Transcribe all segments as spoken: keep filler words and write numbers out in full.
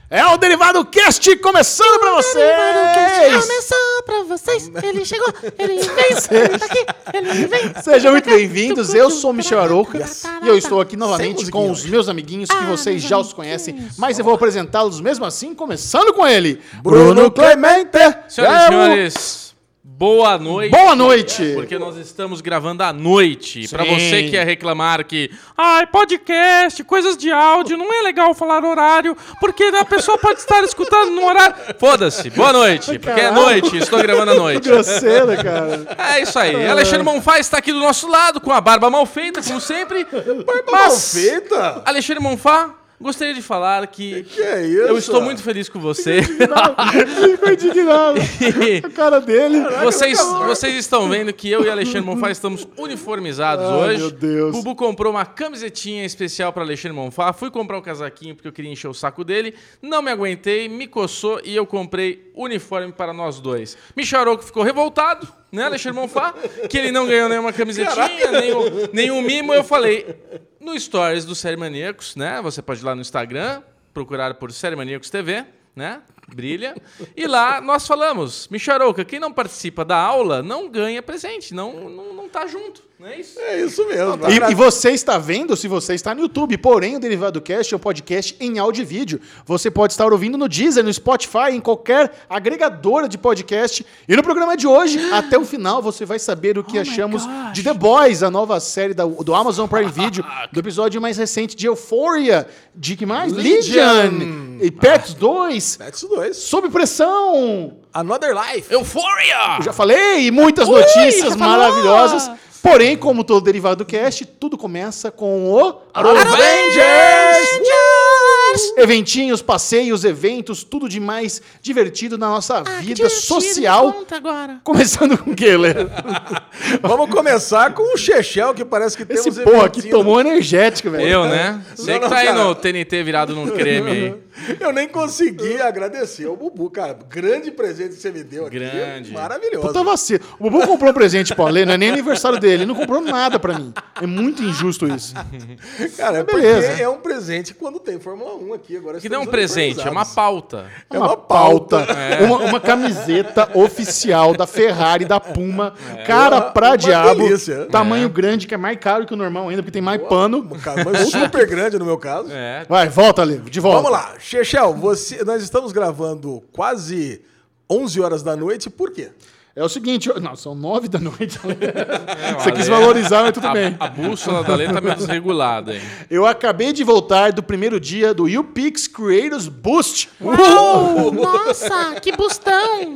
É o Derivado Cast começando pra vocês! O Derivado Cast começou pra vocês. Ele chegou, ele veio, ele tá aqui, ele vem. Sejam muito bem-vindos, eu sou o Michel Arouca e eu estou aqui novamente com os meus amiguinhos que vocês já os conhecem, mas eu vou apresentá-los mesmo assim, começando com ele, Bruno Clemente! Senhoras e senhores, boa noite. Boa noite! Porque nós estamos gravando à noite. Sim. Pra você que ia reclamar que, ai, podcast, coisas de áudio, não é legal falar horário, porque a pessoa pode estar escutando no horário. Foda-se, boa noite, porque é noite, estou gravando à noite. Grosseira, cara. É isso aí. Alexandre Monfá está aqui do nosso lado, com a barba mal feita, como sempre. Barba Mas, mal feita? Alexandre Monfá, gostaria de falar que, que é isso? eu estou muito feliz com você. Ele ficou indignado. A cara dele. Vocês, vocês estão vendo que eu e Alexandre Monfá estamos uniformizados Ai, hoje. meu Deus. Bubu comprou uma camisetinha especial para Alexandre Monfá. Fui comprar um casaquinho porque eu queria encher o saco dele. Não me aguentei, me coçou e eu comprei uniforme para nós dois. Michel Arouca ficou revoltado, né, Alexandre Monfá? Que ele não ganhou nenhuma camisetinha, nenhum, nenhum mimo. Eu falei, no Stories do Série Maníacos, né? Você pode ir lá no Instagram, procurar por Série Maníacos T V, né? Brilha. E lá nós falamos, Michel Arouca, quem não participa da aula não ganha presente, não, não, não tá junto, não é isso? É isso mesmo. E, e você está vendo se você está no YouTube, porém o Derivado Cast é um podcast em áudio e vídeo. Você pode estar ouvindo no Deezer, no Spotify, em qualquer agregadora de podcast. E no programa de hoje, até o final, você vai saber o que Oh achamos my gosh. de The Boys, a nova série da, do Amazon Prime Video, do episódio mais recente de Euphoria, de que mais? Legion. Legion! E Pets dois, Pets dois. Sob Pressão! Another Life. Euphoria! Eu já falei, e muitas Ui, notícias já falou! maravilhosas. Porém, como todo Derivado Cast, tudo começa com o Avengers! Eventinhos, passeios, eventos, tudo de mais divertido na nossa Ah, que vida divertido, social. Conta agora. Começando com o quê, Lê? Vamos começar com o Chechel, que parece que Esse temos porra aqui eventinho. tomou energético, velho. Eu, né? Você Não, que não, tá aí cara. no T N T virado num creme aí. Eu nem consegui agradecer ao Bubu, cara. Grande presente que você me deu aqui. Grande. Maravilhoso. Puta vacilo. O Bubu comprou um presente pro Alê, não é nem aniversário dele. Ele não comprou nada pra mim. É muito injusto isso. Cara, é beleza. porque é um presente quando tem Fórmula um aqui. Agora Que não é um estamos presente, é uma atualizados. pauta. É uma pauta. Uma, uma camiseta oficial da Ferrari, da Puma. Cara Uma- pra uma diabo. delícia. Tamanho grande, que é mais caro que o normal ainda, porque tem mais pano. Cara, mas super grande no meu caso. É. Vai, volta, Alê. De volta. Vamos lá. Chechel, você, nós estamos gravando quase onze horas da noite. Por quê? É o seguinte, não, são nove da noite. É, Você quis olha, valorizar, mas tudo a, bem. A bússola da lei tá meio desregulada, hein? Eu acabei de voltar do primeiro dia do YouPix Creators Boost, Uau, nossa, que bustão.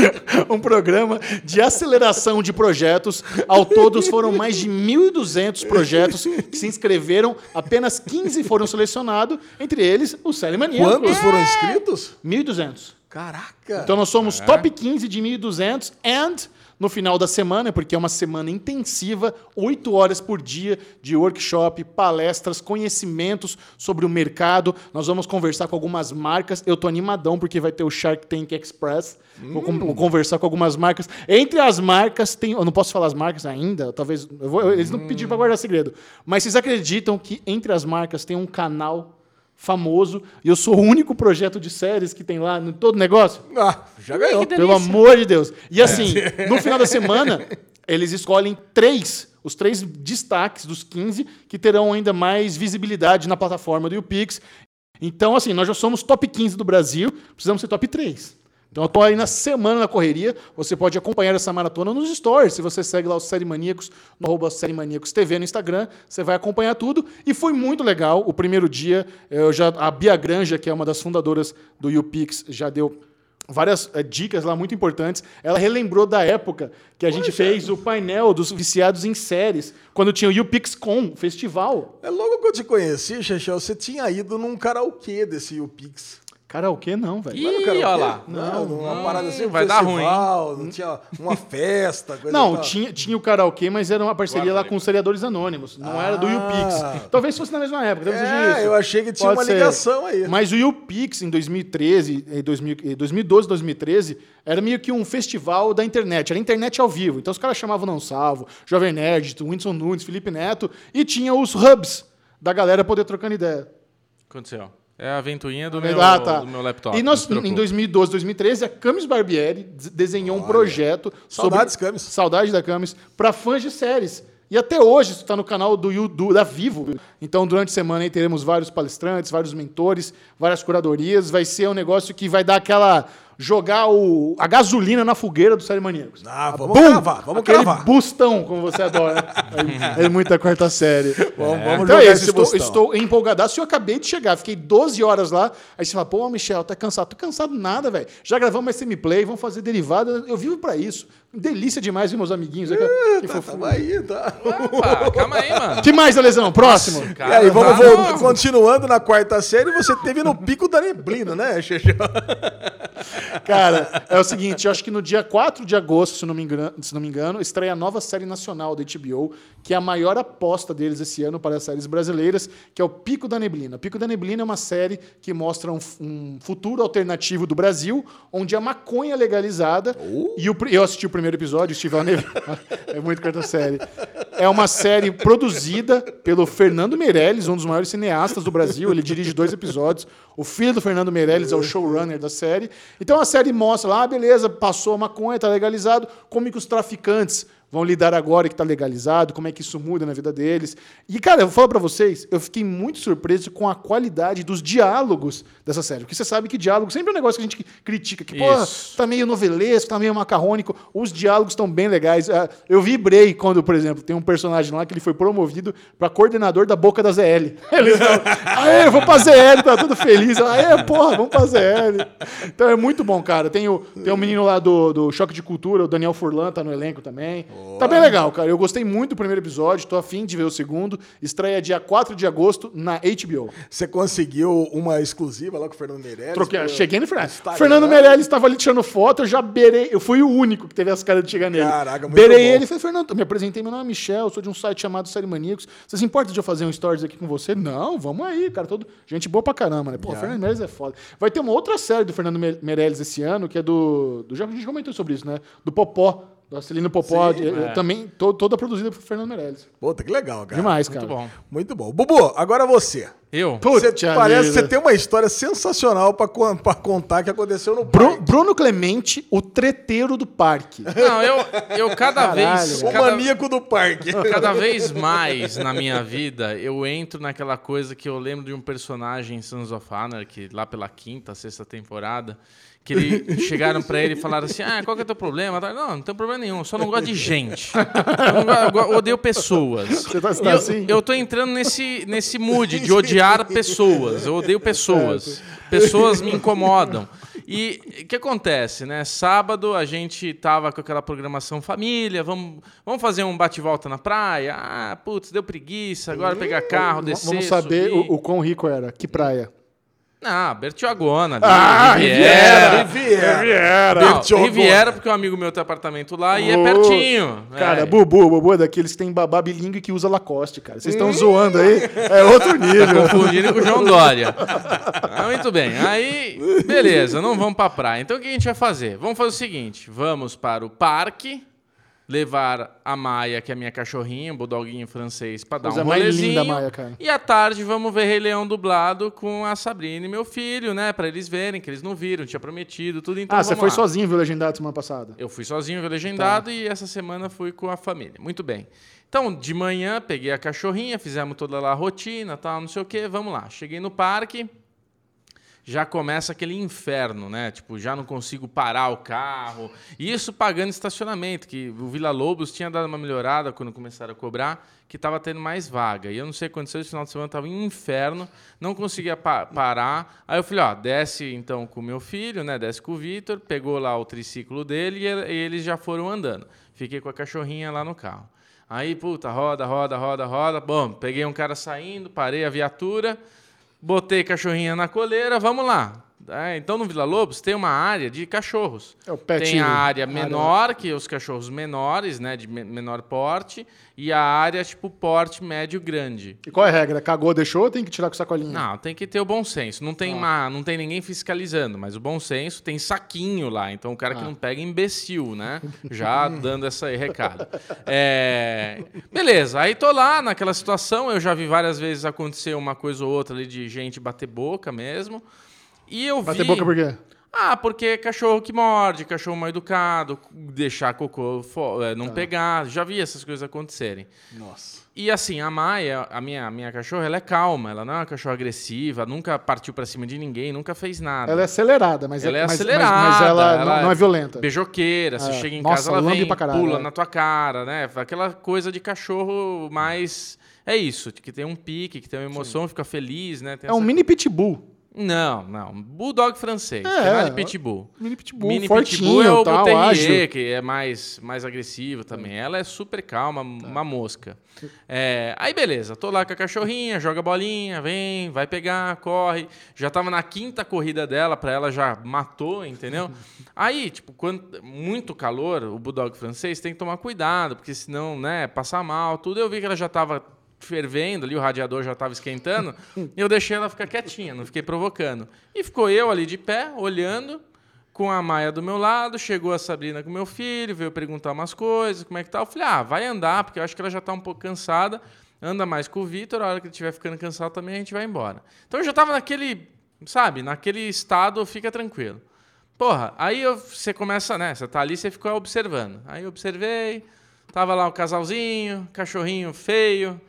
um programa de aceleração de projetos. Ao todos foram mais de mil e duzentos projetos que se inscreveram, apenas quinze foram selecionados, entre eles o Série Maníacos. Quantos foram inscritos? mil e duzentos. Caraca. Então nós somos top quinze de mil e duzentos and no final da semana, porque é uma semana intensiva, oito horas por dia de workshop, palestras, conhecimentos sobre o mercado. Nós vamos conversar com algumas marcas. Eu tô animadão porque vai ter o Shark Tank Express. Vou, com- vou conversar com algumas marcas. Entre as marcas tem, eu não posso falar as marcas ainda, talvez eu vou- eles não pediram para guardar segredo. Mas vocês acreditam que entre as marcas tem um canal famoso, e eu sou o único projeto de séries que tem lá no todo negócio? Ah, já ganhou. que Pelo delícia. amor de Deus. E assim, no final da semana, eles escolhem três, os três destaques dos quinze, que terão ainda mais visibilidade na plataforma do YouPix. Então, assim, nós já somos top quinze do Brasil, precisamos ser top três. Então, eu tô aí na semana na correria. Você pode acompanhar essa maratona nos stories. Se você segue lá o Série Maníacos, no arroba Série Maníacos T V no Instagram, você vai acompanhar tudo. E foi muito legal. O primeiro dia, eu já, a Bia Granja, que é uma das fundadoras do YouPix, já deu várias eh, dicas lá muito importantes. Ela relembrou da época que a gente fez o painel dos viciados em séries, quando tinha o YouPixCon, festival. É logo que eu te conheci, Chechel, você tinha ido num karaokê desse YouPix. Karaokê não, velho. Ih, Não era no karaokê? olha lá. Não, numa Não, parada assim, um vai dar ruim, festival, não tinha uma festa, coisa Não, tal. tinha, tinha o karaokê, mas era uma parceria lá com os seriadores anônimos. Não era do Ah. YouPix. Talvez fosse na mesma época, talvez seja É, isso. eu achei que tinha Pode uma ser. ligação aí. Mas o YouPix, em dois mil e treze, em dois mil em dois mil e doze, dois mil e treze, era meio que um festival da internet. Era internet ao vivo. Então os caras chamavam Não Salvo, Jovem Nerd, Whindersson Nunes, Felipe Neto, e tinha os hubs da galera poder trocando ideia. Aconteceu. É a ventoinha do meu, Ah, tá. do meu laptop. E nós, não se preocupe. em dois mil e doze, dois mil e treze, a Camis Barbieri des- desenhou um projeto Saudades, sobre... Camis. Saudade da Camis. Para fãs de séries. E até hoje isso está no canal do, Yu- do da Vivo. Então, durante a semana aí teremos vários palestrantes, vários mentores, várias curadorias. Vai ser um negócio que vai dar aquela... jogar o, a gasolina na fogueira do Série Maníacos. Ah, vamos Bum! cravar, vamos Aquele cravar. bustão, como você adora. É, é muita quarta série. Vamos, vamos Então jogar é esse isso, estou, bustão. estou empolgadaço. Eu acabei de chegar, fiquei doze horas lá. Aí você fala, pô, Michel, tá cansado? Tô cansado nada, velho. Já gravamos mais semi-play, vamos fazer derivada. Eu vivo pra isso. Delícia demais ver meus amiguinhos. Que, que Tá, fofura. tamo aí, tá. Opa, calma aí, mano. Que mais, Alesão? Próximo. E Cara, aí, vamos tá voltar, no- continuando na quarta série, você teve no pico da neblina, né, Xexé? Cara, é o seguinte, eu acho que no dia quatro de agosto, se não me engano, se não me engano, estreia a nova série nacional da H B O, que é a maior aposta deles esse ano para as séries brasileiras, que é o Pico da Neblina. Pico da Neblina é uma série que mostra um, um futuro alternativo do Brasil, onde a maconha é legalizada. E o, pri- eu assisti o primeiro episódio, estive lá nele. É muito quarta série. É uma série produzida pelo Fernando Meirelles, um dos maiores cineastas do Brasil. Ele dirige dois episódios. O filho do Fernando Meirelles é o showrunner da série. Então a série mostra lá, ah, beleza, passou a maconha, está legalizado, como é que os traficantes vão lidar agora que está legalizado, como é que isso muda na vida deles. E, cara, eu vou falar para vocês, eu fiquei muito surpreso com a qualidade dos diálogos dessa série. Porque você sabe que diálogo sempre é um negócio que a gente critica, que, pô, Isso. tá meio novelesco, tá meio macarrônico. Os diálogos estão bem legais. Ah, Eu vibrei quando, por exemplo, tem um personagem lá que ele foi promovido para coordenador da Boca da Z L. Eles falam, aê, eu vou pra Z L, tá tudo feliz. Aê, porra, vamos pra Z L. Então é muito bom, cara. Tem o, tem o menino lá do, do Choque de Cultura, o Daniel Furlan, tá no elenco também. Tá bem legal, cara. Eu gostei muito do primeiro episódio, tô afim de ver o segundo. Estreia dia quatro de agosto na H B O. Você conseguiu uma exclusiva lá com o Fernando Meirelles? Troquei, Pô, cheguei no Fernando. Instagram. Fernando Meirelles estava ali tirando foto, eu já beirei. Eu fui o único que teve as caras de chegar nele. Caraca, muito beirei bom. ele e falei, Fernando, eu me apresentei, meu nome é Michel, eu sou de um site chamado Série Maníacos. Você se importa de eu fazer um stories aqui com você? Não, vamos aí, cara. Todo... Gente boa pra caramba, né? Pô, o Fernando Meirelles é foda. Vai ter uma outra série do Fernando Me- Meirelles esse ano, que é do. do já a gente comentou sobre isso, né? Do Popó. Do Acelino Popó. Sim, de- é. Também to- toda produzida por Fernando Meirelles. Puta, que legal, cara. Demais, cara. Muito bom. Muito bom. Bubu, agora você. Eu? Você Puta parece que vida. você tem uma história sensacional pra, con- pra contar que aconteceu no Bru- parque. Bruno Clemente, o treteiro do parque. Não, eu, eu cada Caralho, vez... O Cada, maníaco do parque. cada vez mais na minha vida, eu entro naquela coisa que eu lembro de um personagem em Sons of Anarchy, lá pela quinta, sexta temporada, que ele, chegaram pra ele e falaram assim, ah, qual que é o teu problema? Não, não tem problema nenhum, eu só não gosto de gente. Eu, não gosto- eu go- eu odeio pessoas. Você tá, você E tá eu, assim? eu tô entrando nesse, nesse mood de odiar pessoas. Eu odeio pessoas. Pessoas me incomodam. E o que acontece, né? Sábado a gente tava com aquela programação família, vamos, vamos fazer um bate-volta na praia. Ah, putz, deu preguiça, agora pegar carro, descer, Vamos saber subir. o, o quão rico era. Que praia? Ah, Bertioagona, ali, Ah, Riviera. Riviera. Riviera. Não, Bertioga. Riviera, porque um amigo meu tem apartamento lá e é Oh, pertinho. Cara, é. Bubu, Bubu é daqueles que tem babá bilíngue que usa Lacoste, cara. Vocês estão zoando aí? É outro nível. Confundindo com o João Dória. Ah, muito bem. Aí, beleza, não vamos pra praia. Então o que a gente vai fazer? Vamos fazer o seguinte: vamos para o parque, levar a Maia, que é a minha cachorrinha, um bulldoguinho francês, pra dar Coisa um mais rolezinho. linda, Maia, cara. E à tarde vamos ver Rei Leão dublado com a Sabrina e meu filho, né? Pra eles verem, que eles não viram, tinha prometido, tudo. Então Ah, você vamos foi lá. sozinho ver o Legendado semana passada? Eu fui sozinho, vi legendado, e essa semana fui com a família. Muito bem. Então, de manhã, peguei a cachorrinha, fizemos toda lá a rotina, tal, não sei o quê, vamos lá. Cheguei no parque, já começa aquele inferno, né? Tipo, já não consigo parar o carro. E isso pagando estacionamento, que o Vila Lobos tinha dado uma melhorada quando começaram a cobrar, que estava tendo mais vaga. E eu não sei o que aconteceu, esse final de semana estava em inferno, não conseguia pa- parar. Aí eu falei, ó, desce então com o meu filho, né? Desce com o Vitor, pegou lá o triciclo dele e ele- e eles já foram andando. Fiquei com a cachorrinha lá no carro. Aí, puta, roda, roda, roda, roda. Bom, peguei um cara saindo, parei a viatura, botei cachorrinha na coleira, vamos lá. É, então, no Vila Lobos tem uma área de cachorros. É o pet tem a área área. menor, que é os cachorros menores, né, de me- menor porte, e a área, tipo, porte médio grande. E qual é a regra? Cagou, deixou, tem que tirar com sacolinha? Não, tem que ter o bom senso. Não tem, Ah. uma, não tem ninguém fiscalizando, mas o bom senso tem saquinho lá. Então o cara que Ah. não pega é imbecil, né? Já dando esse aí recado. É, beleza, aí tô lá naquela situação. Eu já vi várias vezes acontecer uma coisa ou outra ali de gente bater boca mesmo. E eu Bater vi... boca por quê? Ah, porque cachorro que morde, cachorro mal educado, deixar cocô fo- é, não Tá. pegar. Já vi essas coisas acontecerem. Nossa. E assim, a Maia, a minha, a minha cachorra, ela é calma, ela não é uma cachorra agressiva, nunca partiu pra cima de ninguém, nunca fez nada. Ela é acelerada, mas Ela é mas, acelerada, Mas, mas ela, ela não, não é violenta. Beijoqueira, se É. chega em Nossa, casa, ela lambe vem, pra caralho, pula é. na tua cara, né? Aquela coisa de cachorro mais... É isso, que tem um pique, que tem uma emoção, fica feliz, né? Tem É um essa- mini pitbull. Não, não. Bulldog francês, É, tem nada de é. pitbull. Mini pitbull, Mini fortinho, pitbull é o tal, Bull ágil. Terrier, que é mais, mais agressivo também. Ela é super calma, uma mosca. É, aí beleza, tô lá com a cachorrinha, joga bolinha, vem, vai pegar, corre. Já tava na quinta corrida dela, pra ela já matou, entendeu? Aí, tipo, quando muito calor, o Bulldog francês tem que tomar cuidado, porque senão, né, passar mal, tudo. Eu vi que ela já tava fervendo ali, o radiador já estava esquentando, eu deixei ela ficar quietinha, não fiquei provocando. E ficou eu ali de pé, olhando, com a Maia do meu lado, chegou a Sabrina com meu filho, veio perguntar umas coisas, como é que tá? Eu falei, ah, vai andar, porque eu acho que ela já está um pouco cansada, anda mais com o Vitor, a hora que ele estiver ficando cansado também a gente vai embora. Então eu já estava naquele, sabe, naquele estado, fica tranquilo. Porra, aí eu, você começa, né, você tá ali, você ficou observando. Aí eu observei... Tava lá o casalzinho, cachorrinho feio,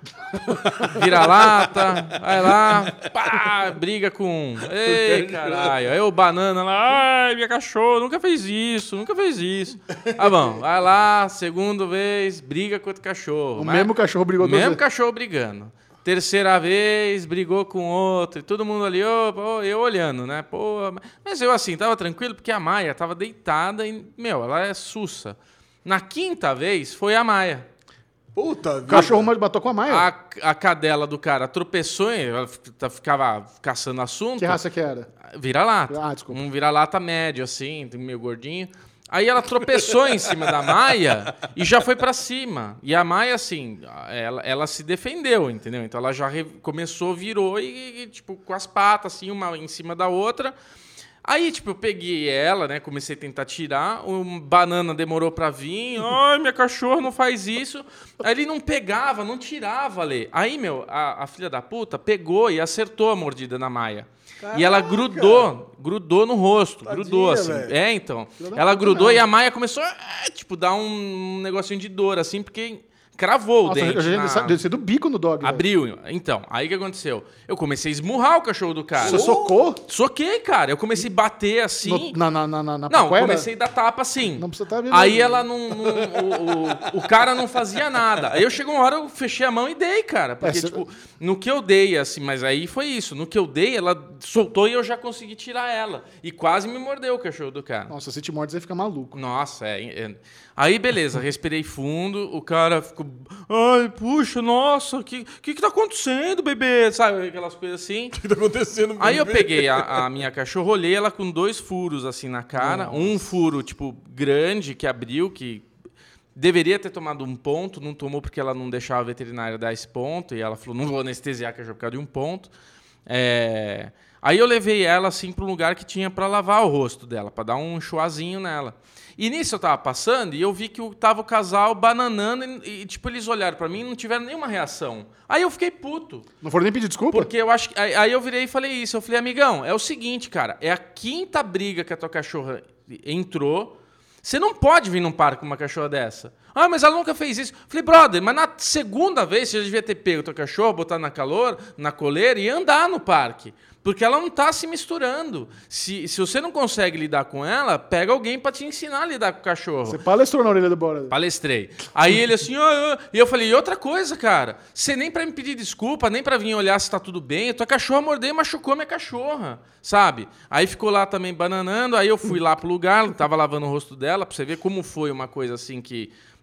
vira-lata, vai lá, pá, briga com um. Ei, caralho. Aí o banana lá, ai, minha cachorra, nunca fez isso, nunca fez isso. Ah, bom, vai lá, segunda vez, briga com outro cachorro. O Mas- mesmo cachorro brigou o duas mesmo vezes. cachorro brigando. Terceira vez, brigou com outro, e todo mundo ali, ô, ô, eu olhando, né? Pô, mas eu assim, tava tranquilo, porque a Maia tava deitada e, meu, ela é sussa. Na quinta vez, foi a Maia. Puta O vida. cachorro batou com a Maia? A, a cadela do cara tropeçou, e ela f- ficava caçando assunto. Que raça que era? Vira-lata. Ah, desculpa. Um vira-lata médio, assim, meio gordinho. Aí ela tropeçou em cima da Maia e já foi pra cima. E a Maia, assim, ela, ela se defendeu, entendeu? Então ela já re- começou, virou e, e, tipo, com as patas, assim, uma em cima da outra. Aí, tipo, eu peguei ela, né? Comecei a tentar tirar. O banana demorou pra vir. Ai, minha cachorra não faz isso. Aí ele não pegava, não tirava, Lê. Aí, meu, a, a filha da puta pegou e acertou a mordida na Maia. E ela Caraca! grudou, grudou no rosto, Tadinha, grudou assim. velho. É, então. da Ela puta grudou mesmo. e a Maia começou a, tipo, dar um negocinho de dor, assim, porque cravou o Nossa, dente. eu já na- deve ser do bico no dog. velho. Abriu. Então, aí o que aconteceu? Eu comecei a esmurrar o cachorro do cara. Você socou? Soquei, cara. Eu comecei a bater assim. No- na, na, na, na, na Não, paquera? comecei a dar tapa assim. Não precisa estar vendo. Aí ela não. não- o, o, o cara não fazia nada. Aí eu chegou uma hora, eu fechei a mão e dei, cara. Porque, É, cê- tipo, no que eu dei, assim, mas aí foi isso. No que eu dei, ela soltou e eu já consegui tirar ela. E quase me mordeu o cachorro do cara. Nossa, se te morde, você fica maluco. Nossa, é, é. Aí, beleza, respirei fundo, o cara ficou. Ai, puxa, nossa, o que, que que tá acontecendo, bebê? Sabe, aquelas coisas assim. O que tá acontecendo? Aí eu bebê? peguei a, a minha cachorra, olhei ela com dois furos assim na cara. Um furo, tipo, grande, que abriu, que deveria ter tomado um ponto, não tomou porque ela não deixava a veterinária dar esse ponto. E ela falou, não vou anestesiar a cachorra por causa de um ponto. É... Aí eu levei ela assim para um lugar que tinha para lavar o rosto dela, para dar um enxuazinho nela. E nisso eu tava passando e eu vi que o- tava o casal bananando e, e, tipo, eles olharam para mim e não tiveram nenhuma reação. Aí eu fiquei puto. Não foram nem pedir desculpa? Porque eu acho que. Aí, aí eu virei e falei isso. Eu falei, amigão, é o seguinte, cara. É a quinta briga que a tua cachorra entrou. Você não pode vir num parque com uma cachorra dessa. Ah, mas ela nunca fez isso. Falei, brother, mas na segunda vez você já devia ter pego a tua cachorra, botar na calor, na coleira e andar no parque. Porque ela não tá se misturando. Se, se você não consegue lidar com ela, pega alguém pra te ensinar a lidar com o cachorro. Você palestrou na orelha do Bora. Palestrei. Aí ele assim, ah, ah. E eu falei, e outra coisa, cara, você nem pra me pedir desculpa, nem pra vir olhar se tá tudo bem, a tua cachorra mordeu e machucou minha cachorra, sabe? Aí ficou lá também bananando, aí eu fui lá pro lugar, tava lavando o rosto dela, pra você ver como foi uma coisa assim que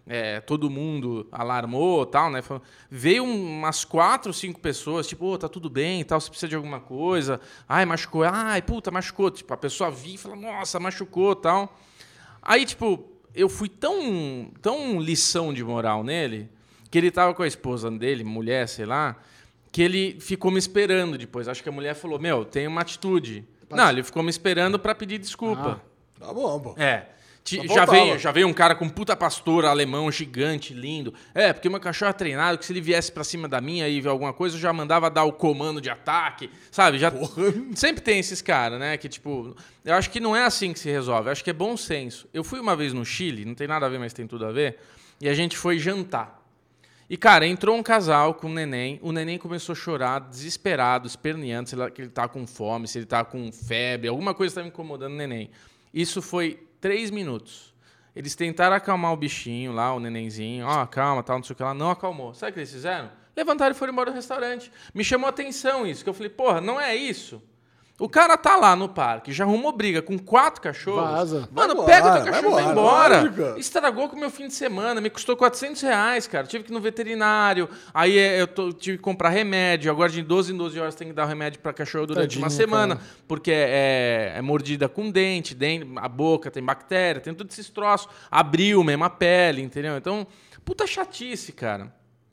é, todo mundo alarmou e tal, né? Falou, veio umas quatro, cinco pessoas, tipo, ô, oh, tá tudo bem e tal, você precisa de alguma coisa. Ai, machucou. Ai, puta, machucou. Tipo, a pessoa via e fala, nossa, machucou e tal. Aí, tipo, eu fui tão, tão lição de moral nele, que ele tava com a esposa dele, mulher, sei lá, que ele ficou me esperando depois. Acho que a mulher falou, meu, tem uma atitude. Pode... Não, ele ficou me esperando pra pedir desculpa. Ah, tá bom, pô. É. Já veio, já veio um cara com um puta pastor alemão gigante, lindo. É, porque meu cachorro é treinado que se ele viesse pra cima da minha e ver alguma coisa, eu já mandava dar o comando de ataque, sabe? Já... Sempre tem esses caras, né? Que, tipo, eu acho que não é assim que se resolve. Eu acho que é bom senso. Eu fui uma vez no Chile, não tem nada a ver, mas tem tudo a ver, e a gente foi jantar. E, cara, entrou um casal com um neném, o neném começou a chorar, desesperado, esperneando, se ele tá com fome, se ele tá com febre, alguma coisa estava incomodando o neném. Isso foi três minutos. Eles tentaram acalmar o bichinho lá, o nenenzinho. Ó, oh, calma, tal, não sei o que lá. Não acalmou. Sabe o que eles fizeram? Levantaram e foram embora do restaurante. Me chamou a atenção isso, que eu falei, porra, não é isso. O cara tá lá no parque, já arrumou briga com quatro cachorros. Vaza. Mano, vai pega embora, teu cachorro e vai vai embora. embora. Lógico. Estragou com o meu fim de semana, me custou quatrocentos reais, cara. Tive que ir no veterinário, aí eu tô, tive que comprar remédio. Agora de doze em doze horas tem que dar o remédio pra cachorro durante Tadinho, uma semana, cara. porque é, é mordida com dente, dente, a boca tem bactéria, tem todos esses troços. Abriu mesmo a pele, entendeu? Então, puta chatice, cara.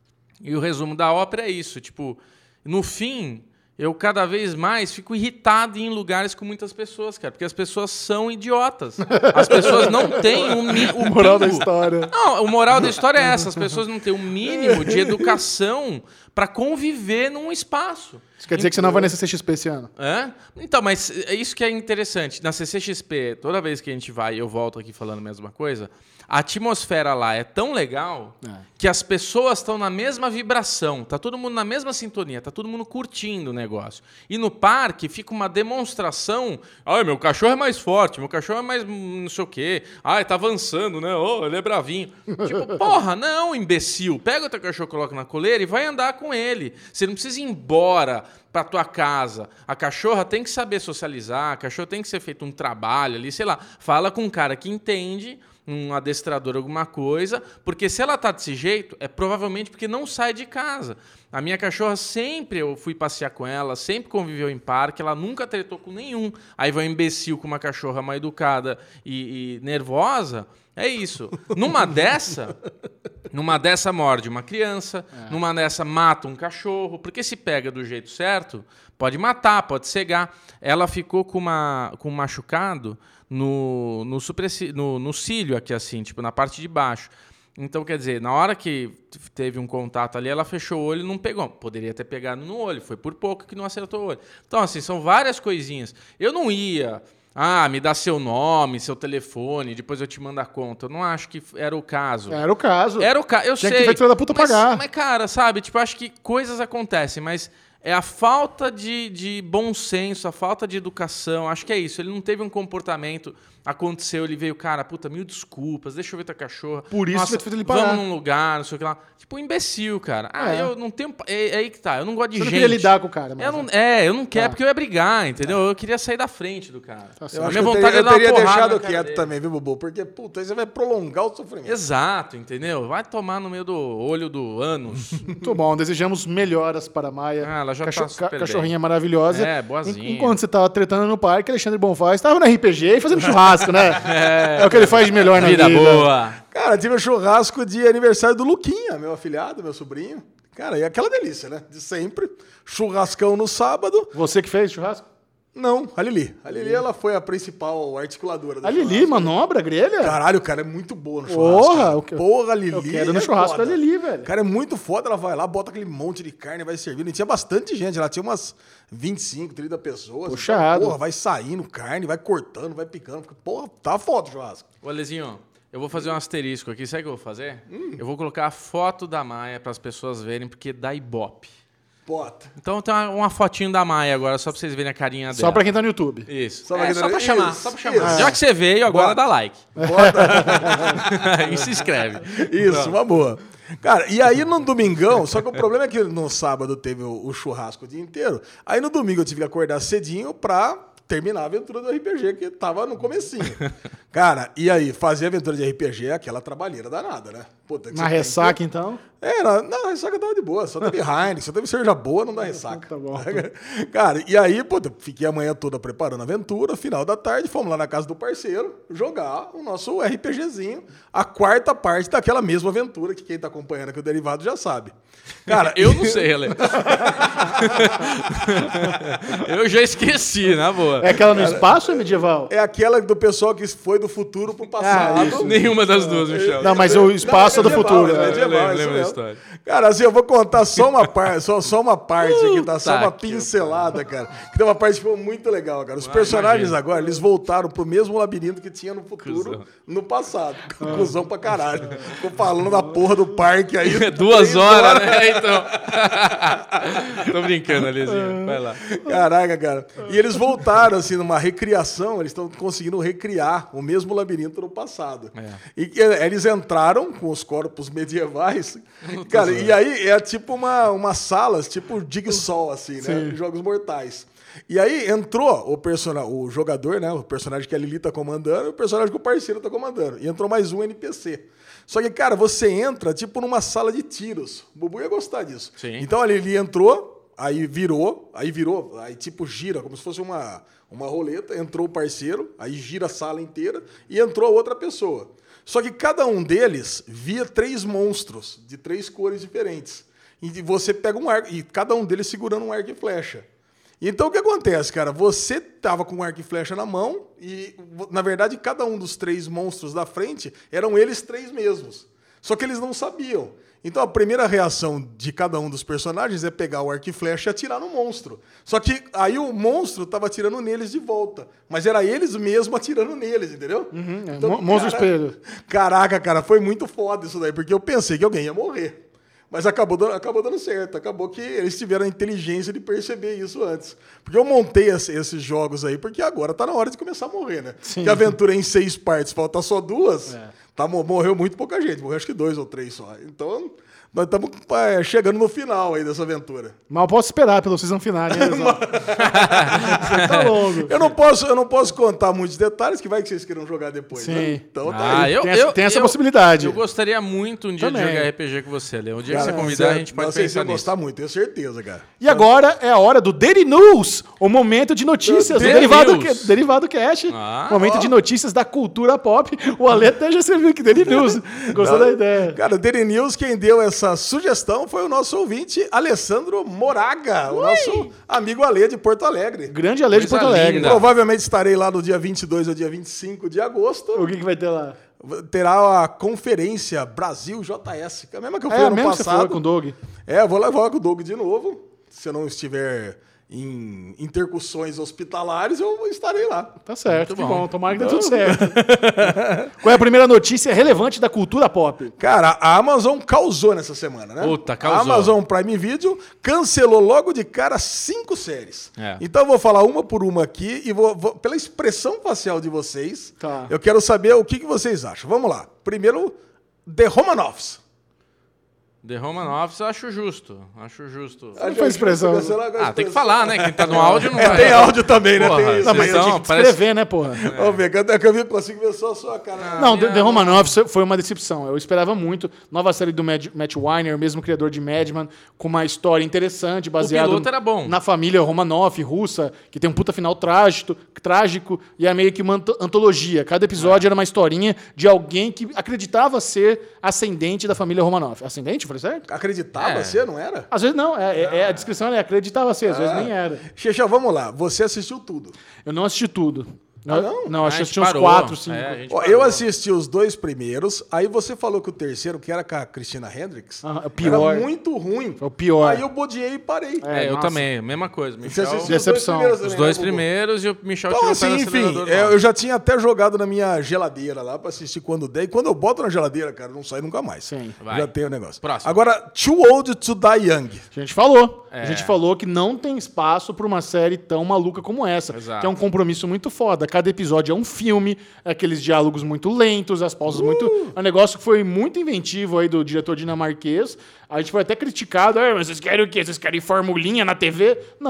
E o resumo da ópera é isso, tipo, no fim... Eu cada vez mais fico irritado em lugares com muitas pessoas, cara, porque as pessoas são idiotas. As pessoas não têm o, mi- o Moral da mínimo- história. Não, o moral da história é essa. As pessoas não têm o mínimo de educação para conviver num espaço. Isso quer dizer que você não vai na C C X P esse ano? É? Então, mas é isso que é interessante. Na C C X P, toda vez que a gente vai, eu volto aqui falando a mesma coisa, a atmosfera lá é tão legal É. que as pessoas estão na mesma vibração, tá todo mundo na mesma sintonia, tá todo mundo curtindo o negócio. E no parque fica uma demonstração, ai, meu cachorro é mais forte, meu cachorro é mais não sei o quê, ai, tá avançando, né? Oh, ele é bravinho. Tipo, porra, não, imbecil. Pega o teu cachorro, coloca na coleira e vai andar com ele. Você não precisa ir embora para tua casa. A cachorra tem que saber socializar, a cachorra tem que ser feito um trabalho ali, sei lá. Fala com um cara que entende, um adestrador, alguma coisa, porque se ela tá desse jeito, é provavelmente porque não sai de casa. A minha cachorra sempre, eu fui passear com ela, sempre conviveu em parque, ela nunca tretou com nenhum. Aí vai um imbecil com uma cachorra mal educada e, e nervosa, é isso. Numa dessa, numa dessa morde uma criança, é. numa dessa mata um cachorro, porque se pega do jeito certo, pode matar, pode cegar. Ela ficou com, uma, com um machucado no, no, supressi, no, no cílio aqui assim, tipo na parte de baixo. Então, quer dizer, na hora que teve um contato ali, ela fechou o olho e não pegou. Poderia ter pegado no olho, foi por pouco que não acertou o olho. Então, assim, são várias coisinhas. Eu não ia... Ah, me dá seu nome, seu telefone, depois eu te mando a conta. Eu não acho que era o caso. Era o caso. Era o caso, eu Tinha sei. que ter filho da puta mas, pagar. Mas, cara, sabe, tipo, eu acho que coisas acontecem, mas é a falta de, de bom senso, a falta de educação, acho que é isso. Ele não teve um comportamento, aconteceu, ele veio, cara, puta, mil desculpas, deixa eu ver tua cachorra. Por isso Nossa, vai ter ele pagar. vamos num lugar, não sei o que lá. Tipo, um imbecil, cara. Ah, É. eu não tenho... É, é aí que tá, eu não gosto de Você não gente. queria lidar com o cara, mas... Eu não, é, eu não quero Tá. porque eu ia brigar, entendeu? Eu queria sair da frente do cara. Tá Eu certo. A acho minha que eu vontade teria, é dar uma eu teria porrada deixado na cara quieto dele. também, viu, Bubu? Porque, puta, aí você vai prolongar o sofrimento. Exato, entendeu? Vai tomar no meio do olho do ânus. Muito bom, desejamos melhoras para a Maia. Ah, ela já Cacho- tá super ca- Cachorrinha bem. maravilhosa. É, boazinha. En- Enquanto você tava tretando no parque, Alexandre Bonfá estava no R P G e fazendo churrasco, né? É, o que ele faz de melhor na vida. Vida boa. Cara, tive um churrasco de aniversário do Luquinha, meu afilhado, meu sobrinho. Cara, e aquela delícia, né? De sempre. Churrascão no sábado. Você que fez churrasco? Não, a Lili. A Lili, ela foi a principal articuladora do A Lili, churrasco. manobra, grelha? Caralho, o cara é muito boa no churrasco. Porra, cara. o que- Porra, a Lili. eu quero no é churrasco foda. da Lili, velho. O cara é muito foda, ela vai lá, bota aquele monte de carne, vai servindo. E tinha bastante gente, ela tinha umas vinte e cinco, trinta pessoas. Puxado. Então, porra, vai saindo carne, vai cortando, vai picando. Porque, porra, tá foda o churrasco. Ô, Alezinho, eu vou fazer um asterisco aqui. Sabe o que eu vou fazer? Hum. Eu vou colocar a foto da Maia para as pessoas verem, porque dá ibope. Bota. Então tem uma, uma fotinho da Maia agora, só para vocês verem a carinha dela. Só pra quem tá no YouTube. Isso. Só Só, pra é, quem só tá- pra chamar, Isso, só pra chamar. isso. Já que você veio, agora Bota. dá like. Bota. E se inscreve. Isso, uma boa. Cara, e aí no domingão, só que o problema é que no sábado teve o, o churrasco o dia inteiro. Aí no domingo eu tive que acordar cedinho pra terminar a aventura do R P G, que tava no comecinho. Cara, e aí, fazer aventura de R P G é aquela trabalheira danada, né? Puta, que Na você tem ressaca, que- então? É, na, na ressaca tava de boa, só teve Heineken, só teve cerveja boa, não dá ressaca. Tá bom. Cara, e aí, pô, fiquei a manhã toda preparando a aventura, final da tarde, fomos lá na casa do parceiro jogar o nosso RPGzinho, a quarta parte daquela mesma aventura que quem tá acompanhando aqui o Derivado já sabe. Cara, Eu não sei, Ale. Eu já esqueci, na boa. É aquela no espaço ou é medieval? é aquela do pessoal que foi do futuro pro passado. Ah, isso. Nenhuma das duas, Michel. Não, mas o espaço é do medieval, futuro. é né? medieval, Eu lembro, é isso lembro da mesmo. história. Cara, assim, eu vou contar só uma parte, só, só uma parte aqui, tá? Só Puta uma que pincelada, cara. Que tem uma parte que ficou muito legal, cara. Os Ah, personagens imagino. agora, eles voltaram pro mesmo labirinto que tinha no futuro, Cusão. no passado. Cusão pra caralho. Ficou falando da porra do parque aí. Duas três horas, né? Então. Tô brincando, Alezinho. Vai lá. Caraca, cara. E eles voltaram, assim, numa recriação, eles estão conseguindo recriar o mesmo labirinto no passado. É. E que, eh, eles entraram com os corpos medievais, cara, e aí é tipo uma, uma sala, tipo Jigsaw, assim, né? Jogos Mortais. E aí entrou o personagem, o jogador, né? O personagem que a Lili tá comandando e o personagem que o parceiro tá comandando. E entrou mais um N P C. Só que, cara, você entra tipo numa sala de tiros. O Bubu ia gostar disso. Sim. Então a Lili entrou, aí virou, aí virou, aí tipo gira, como se fosse uma, uma roleta. Entrou o parceiro, aí gira a sala inteira e entrou outra pessoa. Só que cada um deles via três monstros de três cores diferentes. E você pega um arco, e cada um deles segurando um arco e flecha. Então o que acontece, cara? Você tava com um arco e flecha na mão e, na verdade, cada um dos três monstros da frente eram eles três mesmos. Só que eles não sabiam. Então a primeira reação de cada um dos personagens é pegar o arco e flecha e atirar no monstro. Só que aí o monstro tava atirando neles de volta. Mas era eles mesmos atirando neles, entendeu? Uhum, é, mon- monstro espelho. Caraca, cara, foi muito foda isso daí, porque eu pensei que alguém ia morrer. Mas acabou dando, acabou dando certo. Acabou que eles tiveram a inteligência de perceber isso antes. Porque eu montei esse- esses jogos aí, porque agora tá na hora de começar a morrer, né? Sim. Que a aventura é em seis partes, falta só duas. É. Tá, mo- morreu muito pouca gente, morreu acho que dois ou três só. Então, nós estamos é, chegando no final aí dessa aventura. Mal posso esperar pelo season final, hein, Lesão? Você tá longo. Eu não posso, eu não posso contar muitos detalhes, que vai que vocês queiram jogar depois. Sim. Né? Então tá Ah, aí. eu, Tem essa- eu, tem essa eu- possibilidade. Eu gostaria muito um dia Também. de jogar R P G com você, Lê. Um dia Cara, que você convidar, a gente pode vocês pensar vão nisso. gostar muito, tenho certeza, cara. E agora é a hora do Daily News, o momento de notícias, o Daily Derivado, News. Ca- Derivado Cast, Ah, momento ó. de notícias da cultura pop. O Ale até já escreveu aqui, Daily News. Gostou da ideia? Cara, Daily News, quem deu essa sugestão foi o nosso ouvinte, Alessandro Moraga, o nosso amigo Ale de Porto Alegre. Grande Ale de Coisa Porto Alegre. linda. Provavelmente estarei lá no dia vinte e dois ou dia vinte e cinco de agosto. O que, que vai ter lá? Terá a conferência Brasil J S, que é a mesma que eu fui É, ano mesmo que você falou passado. com o Doug. É, eu vou levar com o Doug de novo. Se eu não estiver em intercussões hospitalares, eu estarei lá. Tá certo, Muito que bom. bom. Tomara que dê tudo certo. Qual é a primeira notícia relevante da cultura pop? Cara, a Amazon causou nessa semana, né? Puta, causou. A Amazon Prime Video cancelou logo de cara cinco séries. É. Então eu vou falar uma por uma aqui e vou, vou- pela expressão facial de vocês, Tá. eu quero saber o que, que vocês acham. Vamos lá. Primeiro, The Romanoffs. The Romanoffs eu acho justo. Acho justo. Não foi expressão. Ah, tem que falar, né? Quem tá no áudio não É, vai. tem áudio também, né? Porra, Tem isso. Não, mas aí. eu Então, tinha que parece- escrever, né, porra? Vamos ver, cadê que eu vi- consigo ver só a sua cara. Não, minha- The Romanoffs foi uma decepção. Eu esperava muito. Nova série do Mad- Matt Weiner, mesmo criador de Madman, com uma história interessante, baseada piloto era bom. na família Romanoff, russa, que tem um puta final trágico, trágico e é meio que uma anto- antologia. Cada episódio era uma historinha de alguém que acreditava ser ascendente da família Romanoff. Ascendente? Falei certo? Acreditava É. ser, não era? Às vezes não. É, é- é- a descrição é acreditava ser, às vezes nem era. Xexão, vamos lá. Você assistiu tudo. Eu não assisti tudo. Ah, não? Não, A acho que gente assisti uns parou. quatro, cinco. É, a gente Ó, parou. eu assisti os dois primeiros, aí você falou que o terceiro, que era com a Christina Hendricks, Ah, é o pior. era muito ruim. É o pior. Aí eu bodiei e parei. É, eu nossa. também, mesma coisa. Você Michel, assistiu Decepção. os dois primeiros os também, dois né, Bubu? primeiros e o Michel Então, tirou o assim, pé do enfim, acelerador. é, não. eu já tinha até jogado na minha geladeira lá pra assistir quando der. E quando eu boto na geladeira, cara, não sai nunca mais. Sim. Vai. Já tem o negócio. Próximo. Agora, Too Old to Die Young. A gente falou. A É. gente falou que não tem espaço para uma série tão maluca como essa. Exato. Que é um compromisso muito foda. Cada episódio é um filme, aqueles diálogos muito lentos, as pausas muito. É um negócio que foi muito inventivo aí do diretor dinamarquês. A gente foi até criticado. "Ah, mas vocês querem o quê? Vocês querem formulinha na T V? Não.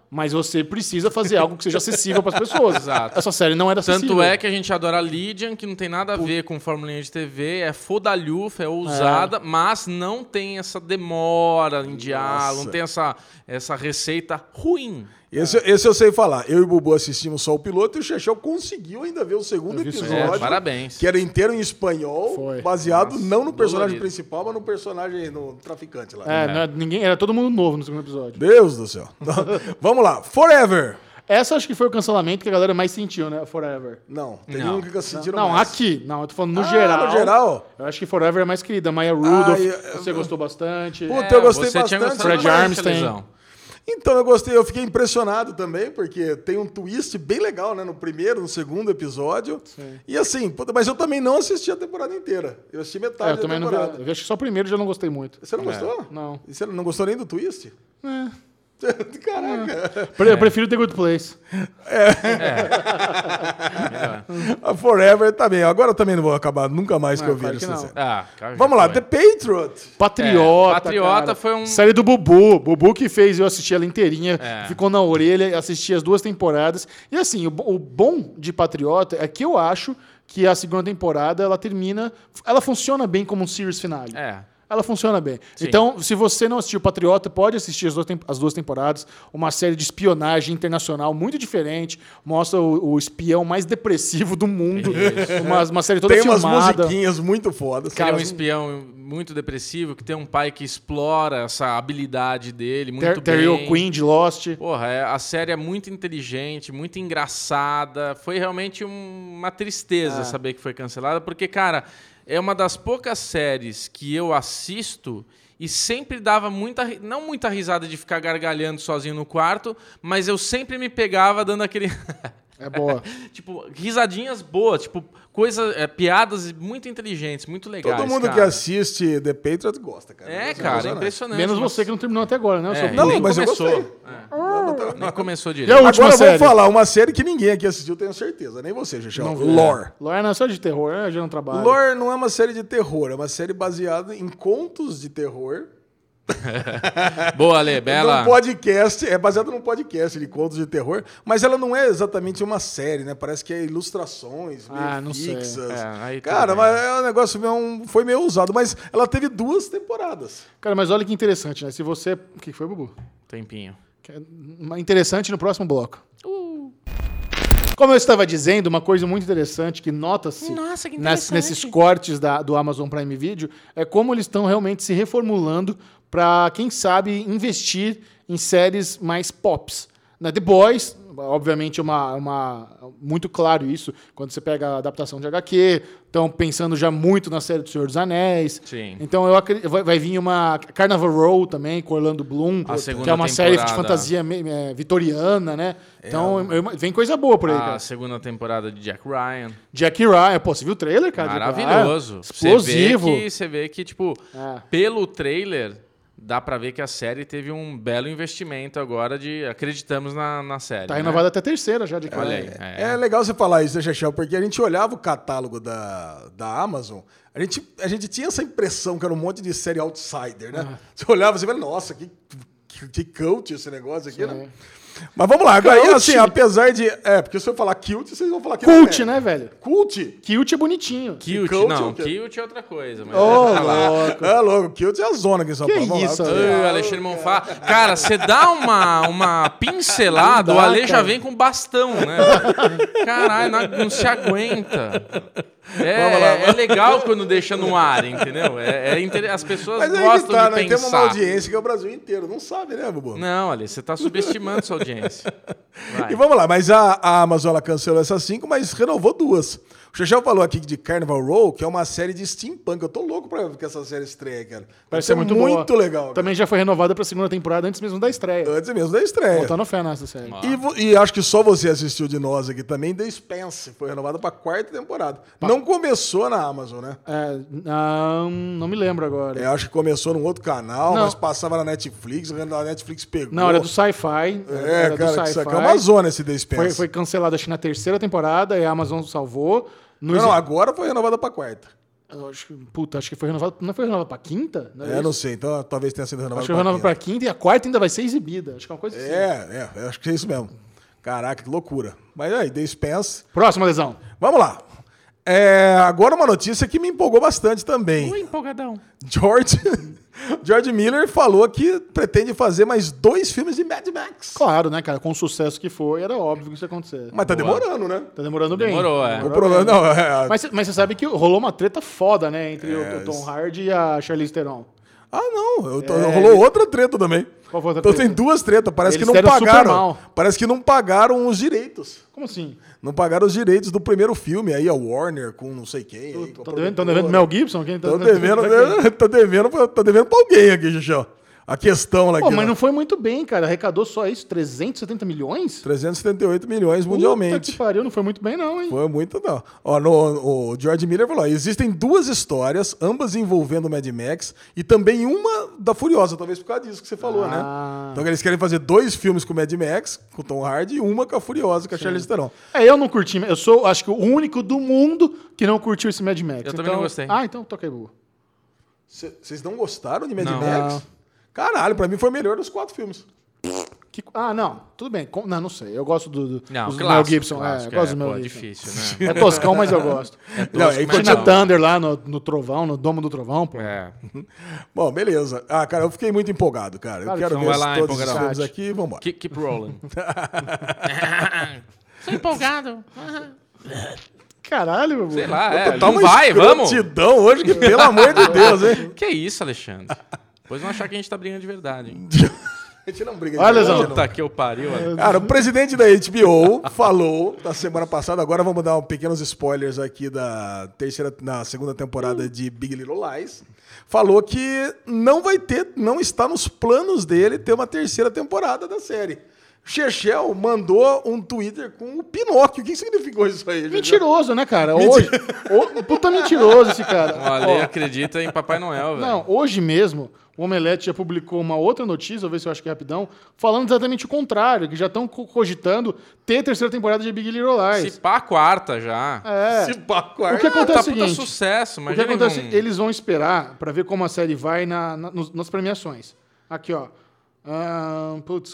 Mas você precisa fazer algo que seja acessível para as pessoas. Exato. Essa série não era acessível. Tanto é que a gente adora Lydian, que não tem nada a ver com formulinha de T V, é fodalhufa, é ousada, é. mas não tem essa demora em diálogo, Nossa. não tem essa, essa receita ruim. Esse, é. esse eu sei falar. Eu e o Bubu assistimos só o piloto e o Chechel conseguiu ainda ver o segundo episódio. É, parabéns. Que era inteiro em espanhol, Foi. baseado Nossa, não no personagem dolorido. principal, mas no personagem, no traficante lá. É, não, ninguém, era todo mundo novo no segundo episódio. Deus do céu. Vamos lá. Forever. Essa acho que foi o cancelamento que a galera mais sentiu, né? Forever. Não, teve Não. um que sentiram Não, mais. aqui. Não, eu tô falando no Ah, geral. no geral? Eu acho que Forever é mais querida. Maya Rudolph, Ah, eu- você gostou bastante. Puta, eu gostei você tinha bastante. gostado Fred mais dessa Armstein. lesão. Então, eu gostei, eu fiquei impressionado também, porque tem um twist bem legal, né? No primeiro, no segundo episódio. Sim. E assim, puta, mas eu também não assisti a temporada inteira. Eu assisti metade É, eu da também não vi. temporada. Eu acho que só o primeiro já não gostei muito. Você não gostou? Não. E você não gostou nem do twist? É. Caraca. Pre- Eu prefiro The Good Place. Melhor. A Forever também. Agora eu também não vou acabar nunca mais que Não, eu vi claro que essa não. série. Ah, cara, Vamos já lá, foi. The Patriot. Patriota. É, Patriota cara. foi um- Série do Bubu. Bubu que fez eu assistir ela inteirinha. É. Ficou na orelha, assisti as duas temporadas. E assim, o, bo- o bom de Patriota é que eu acho que a segunda temporada ela termina. Ela funciona bem como um series finale. É. Ela funciona bem. Sim. Então, se você não assistiu Patriota, pode assistir as duas, tem- as duas temporadas. Uma série de espionagem internacional muito diferente. Mostra o, o espião mais depressivo do mundo. Uma, uma série toda Tem umas filmada. musiquinhas muito fodas. Ele é um Cara, espião muito depressivo, que tem um pai que explora essa habilidade dele muito Ter- Terry bem. O'Quinn de Lost. Porra, é- a série é muito inteligente, muito engraçada. Foi realmente um- uma tristeza É. saber que foi cancelada, porque, cara, é uma das poucas séries que eu assisto e sempre dava muita, ri- não muita risada de ficar gargalhando sozinho no quarto, mas eu sempre me pegava dando aquele... É boa. tipo, risadinhas boas, tipo, coisas, é, piadas muito inteligentes, muito legais. Todo mundo cara. que assiste The Patriot gosta, cara. É, Gosta, cara, é gosta, né? impressionante. Menos Mas- você que não terminou até agora, né? o É, seu e Não, nem mas eu começou. gostei. É. Nem começou E a direito. última Agora série? vamos falar uma série que ninguém aqui assistiu, tenho certeza. Nem você, Xixão. Não vi. Lore. Lore não é só de terror, né? Eu já não trabalho. Lore não é uma série de terror, é uma série baseada em contos de terror. Boa, Ale, bela. Num podcast, é baseada num podcast de contos de terror, mas ela não é exatamente uma série, né? Parece que é ilustrações meio Ah, não sei. fixas. É, aí tudo Cara, bem. mas é um negócio meio, foi meio usado, mas ela teve duas temporadas. Cara, mas olha que interessante, né? Se você... O que foi, Bubu? Tempinho. Que é interessante no próximo bloco. Como eu estava dizendo, uma coisa muito interessante que nota-se Nossa, que nas- interessante. nesses cortes da- do Amazon Prime Video é como eles estão realmente se reformulando para, quem sabe, investir em séries mais pops. Né? The Boys, obviamente, é uma, uma, muito claro isso, quando você pega a adaptação de H Q, estão pensando já muito na série do Senhor dos Anéis. Sim. Então eu acredito, vai, vai vir uma Carnival Row também, com Orlando Bloom, A segunda que é uma série de temporada. fantasia me- é, vitoriana, né? Então eu- vem coisa boa por aí, A cara. segunda temporada de Jack Ryan. Jack Ryan, pô, você viu o trailer, cara? Jack Maravilhoso. Ryan? Explosivo. Você vê que, você vê que tipo, É. pelo trailer, dá pra ver que a série teve um belo investimento agora de... Acreditamos na, na série. Tá né? renovada até a terceira já, Jack Olha Ryan. aí. É, legal você falar isso, né, Chechel? Porque a gente olhava o catálogo da, da Amazon, a gente, a gente tinha essa impressão que era um monte de série outsider, né? Você olhava e você falava, nossa, que, que, que cult esse negócio aqui, né? Mas vamos lá, agora, Cult. assim, apesar de... É, porque se eu falar cute, vocês vão falar que Cult, não é. né, velho? Cult? Cult é bonitinho. Cute, Cult não, é o quê? cute é outra coisa. Mas Ô, deixa pra lá. louco. É louco, cute é a zona aqui em São Que Paulo. Vamos lá. isso, Ô, Alexandre Monfá. Cara, você dá uma, uma pincelada, Não o dá, Ale já cara. vem com bastão, né? Caralho, não, não se aguenta. É, Vamos lá, é legal quando deixa no ar, entendeu? É, é inter... As pessoas Mas aí gostam que tá, de nós pensar. temos uma audiência que é o Brasil inteiro. Não sabe, né, Bubu? Não, Ale, você tá subestimando sua audiência. Vai. E vamos lá, mas a, a Amazon ela cancelou essas cinco, mas renovou duas. O Chechel falou aqui de Carnival Row, que é uma série de steampunk. Eu tô louco pra ver que essa série estreia, cara. Vai Parece ser muito, muito boa. legal. cara. Também já foi renovada pra segunda temporada antes mesmo da estreia. Antes mesmo da estreia. Botando fé nessa série. E, vo- e acho que só você assistiu de nós aqui também, The Spence. Foi renovada pra quarta temporada. Não começou na Amazon, né? É, não, não me lembro agora. É, acho que começou num outro canal, Não. mas passava na Netflix, a Netflix pegou. Não, era do Sci-Fi. É, era cara, do que isso Sci-Fi. aqui é uma zona esse The Spence. Foi, foi cancelado, acho que na terceira temporada, e a Amazon salvou. No Não, não, agora foi renovada pra quarta. Eu acho que, puta, acho que foi renovado. Não foi renovado pra quinta? Não É, isso? não sei. Então talvez tenha sido renovado Acho que foi renovado pra pra quinta e a quarta ainda vai ser exibida. Acho que é uma coisa assim. É, é, eu acho que é isso mesmo. Caraca, que loucura. Mas aí, The Expanse. Próxima lesão. Vamos lá. É, agora uma notícia que me empolgou bastante também. Ui, empolgadão. George, George Miller falou que pretende fazer mais dois filmes de Mad Max. Claro, né, cara? Com o sucesso que foi, era óbvio que isso ia acontecer. Mas tá Boa. demorando, né? Tá demorando bem. Demorou, é. O problema não é... Mas, mas você sabe que rolou uma treta foda, né? Entre É, o Tom Hardy e a Charlize Theron. Ah, não. Eu tô- É, rolou outra treta também. Qual foi a outra Então treta? tem duas tretas. Parece Eles que não deram super pagaram. mal. Parece que não pagaram os direitos. Como assim? Não pagaram os direitos do primeiro filme. Aí a Warner com não sei quem. aí, com a Estão devendo, tão produtora. devendo Mel Gibson? Quem tá Tô devendo, tô devendo, tô devendo pra alguém aqui, Xuxão. A questão lá Pô, aqui. mas ó. não foi muito bem, cara. Arrecadou só isso, trezentos e setenta milhões? trezentos e setenta e oito milhões Puta mundialmente. que pariu, não foi muito bem não, hein? Foi muito, não. Ó, no, o George Miller falou: existem duas histórias, ambas envolvendo o Mad Max, e também uma da Furiosa, talvez por causa disso que você falou, Ah. né? Então eles querem fazer dois filmes com o Mad Max, com o Tom Hardy, e uma com a Furiosa, com a Charlize Theron. É, eu não curti. Eu sou, acho que, o único do mundo que não curtiu esse Mad Max. Eu também Então- não gostei. Ah, então toca aí, boa. Vocês não gostaram de Mad Não. Max? Não. Caralho, pra mim foi o melhor dos quatro filmes. Que- ah, não. Tudo bem. Com- Não, não sei. Eu gosto do, do Não, dos clássico, Mel Gibson. clássico, é, eu gosto é, do Mel pô, Gibson. difícil, né? É toscão, mas eu gosto. É Não, tosco, aí mas Tinha não. Thunder lá no, no Trovão, no Domo do Trovão, pô. É. Bom, beleza. Ah, cara, eu fiquei muito empolgado, cara. Claro eu quero que ver sim. Vai lá, todos os empolgadão. filmes aqui e vambora. Keep, keep rolling. Tô empolgado. Caralho, meu. Sei lá, é. Tá Então uma vai, vamos. escrotidão hoje que, pelo amor de Deus, hein? Que isso, Alexandre? Depois vão achar que a gente tá brigando de verdade, hein? A gente não briga de Olha, verdade, Lesão. não. Puta que eu pariu. Ale. Cara, o presidente da H B O falou na semana passada, agora vamos dar um pequenos spoilers aqui da terceira, na segunda temporada de Big Little Lies. Falou que não vai ter, não está nos planos dele ter uma terceira temporada da série. Chechel mandou um Twitter com o Pinóquio. O que significou isso aí, Chechel? Mentiroso, né, cara? Hoje. Ô, puta mentiroso esse cara. O Ale Ó, acredita em Papai Noel, velho. não, hoje mesmo, o Omelete já publicou uma outra notícia, vou ver se eu acho que é rapidão, falando exatamente o contrário, que já estão co- cogitando ter terceira temporada de Big Little Lies. Se pá, a quarta já. É. Se pá, O quarta. que acontece é Tá o puta seguinte, sucesso, o mas que acontece, eles vão esperar pra ver como a série vai na, na- nos- nas premiações. Aqui, ó. Ah, putz,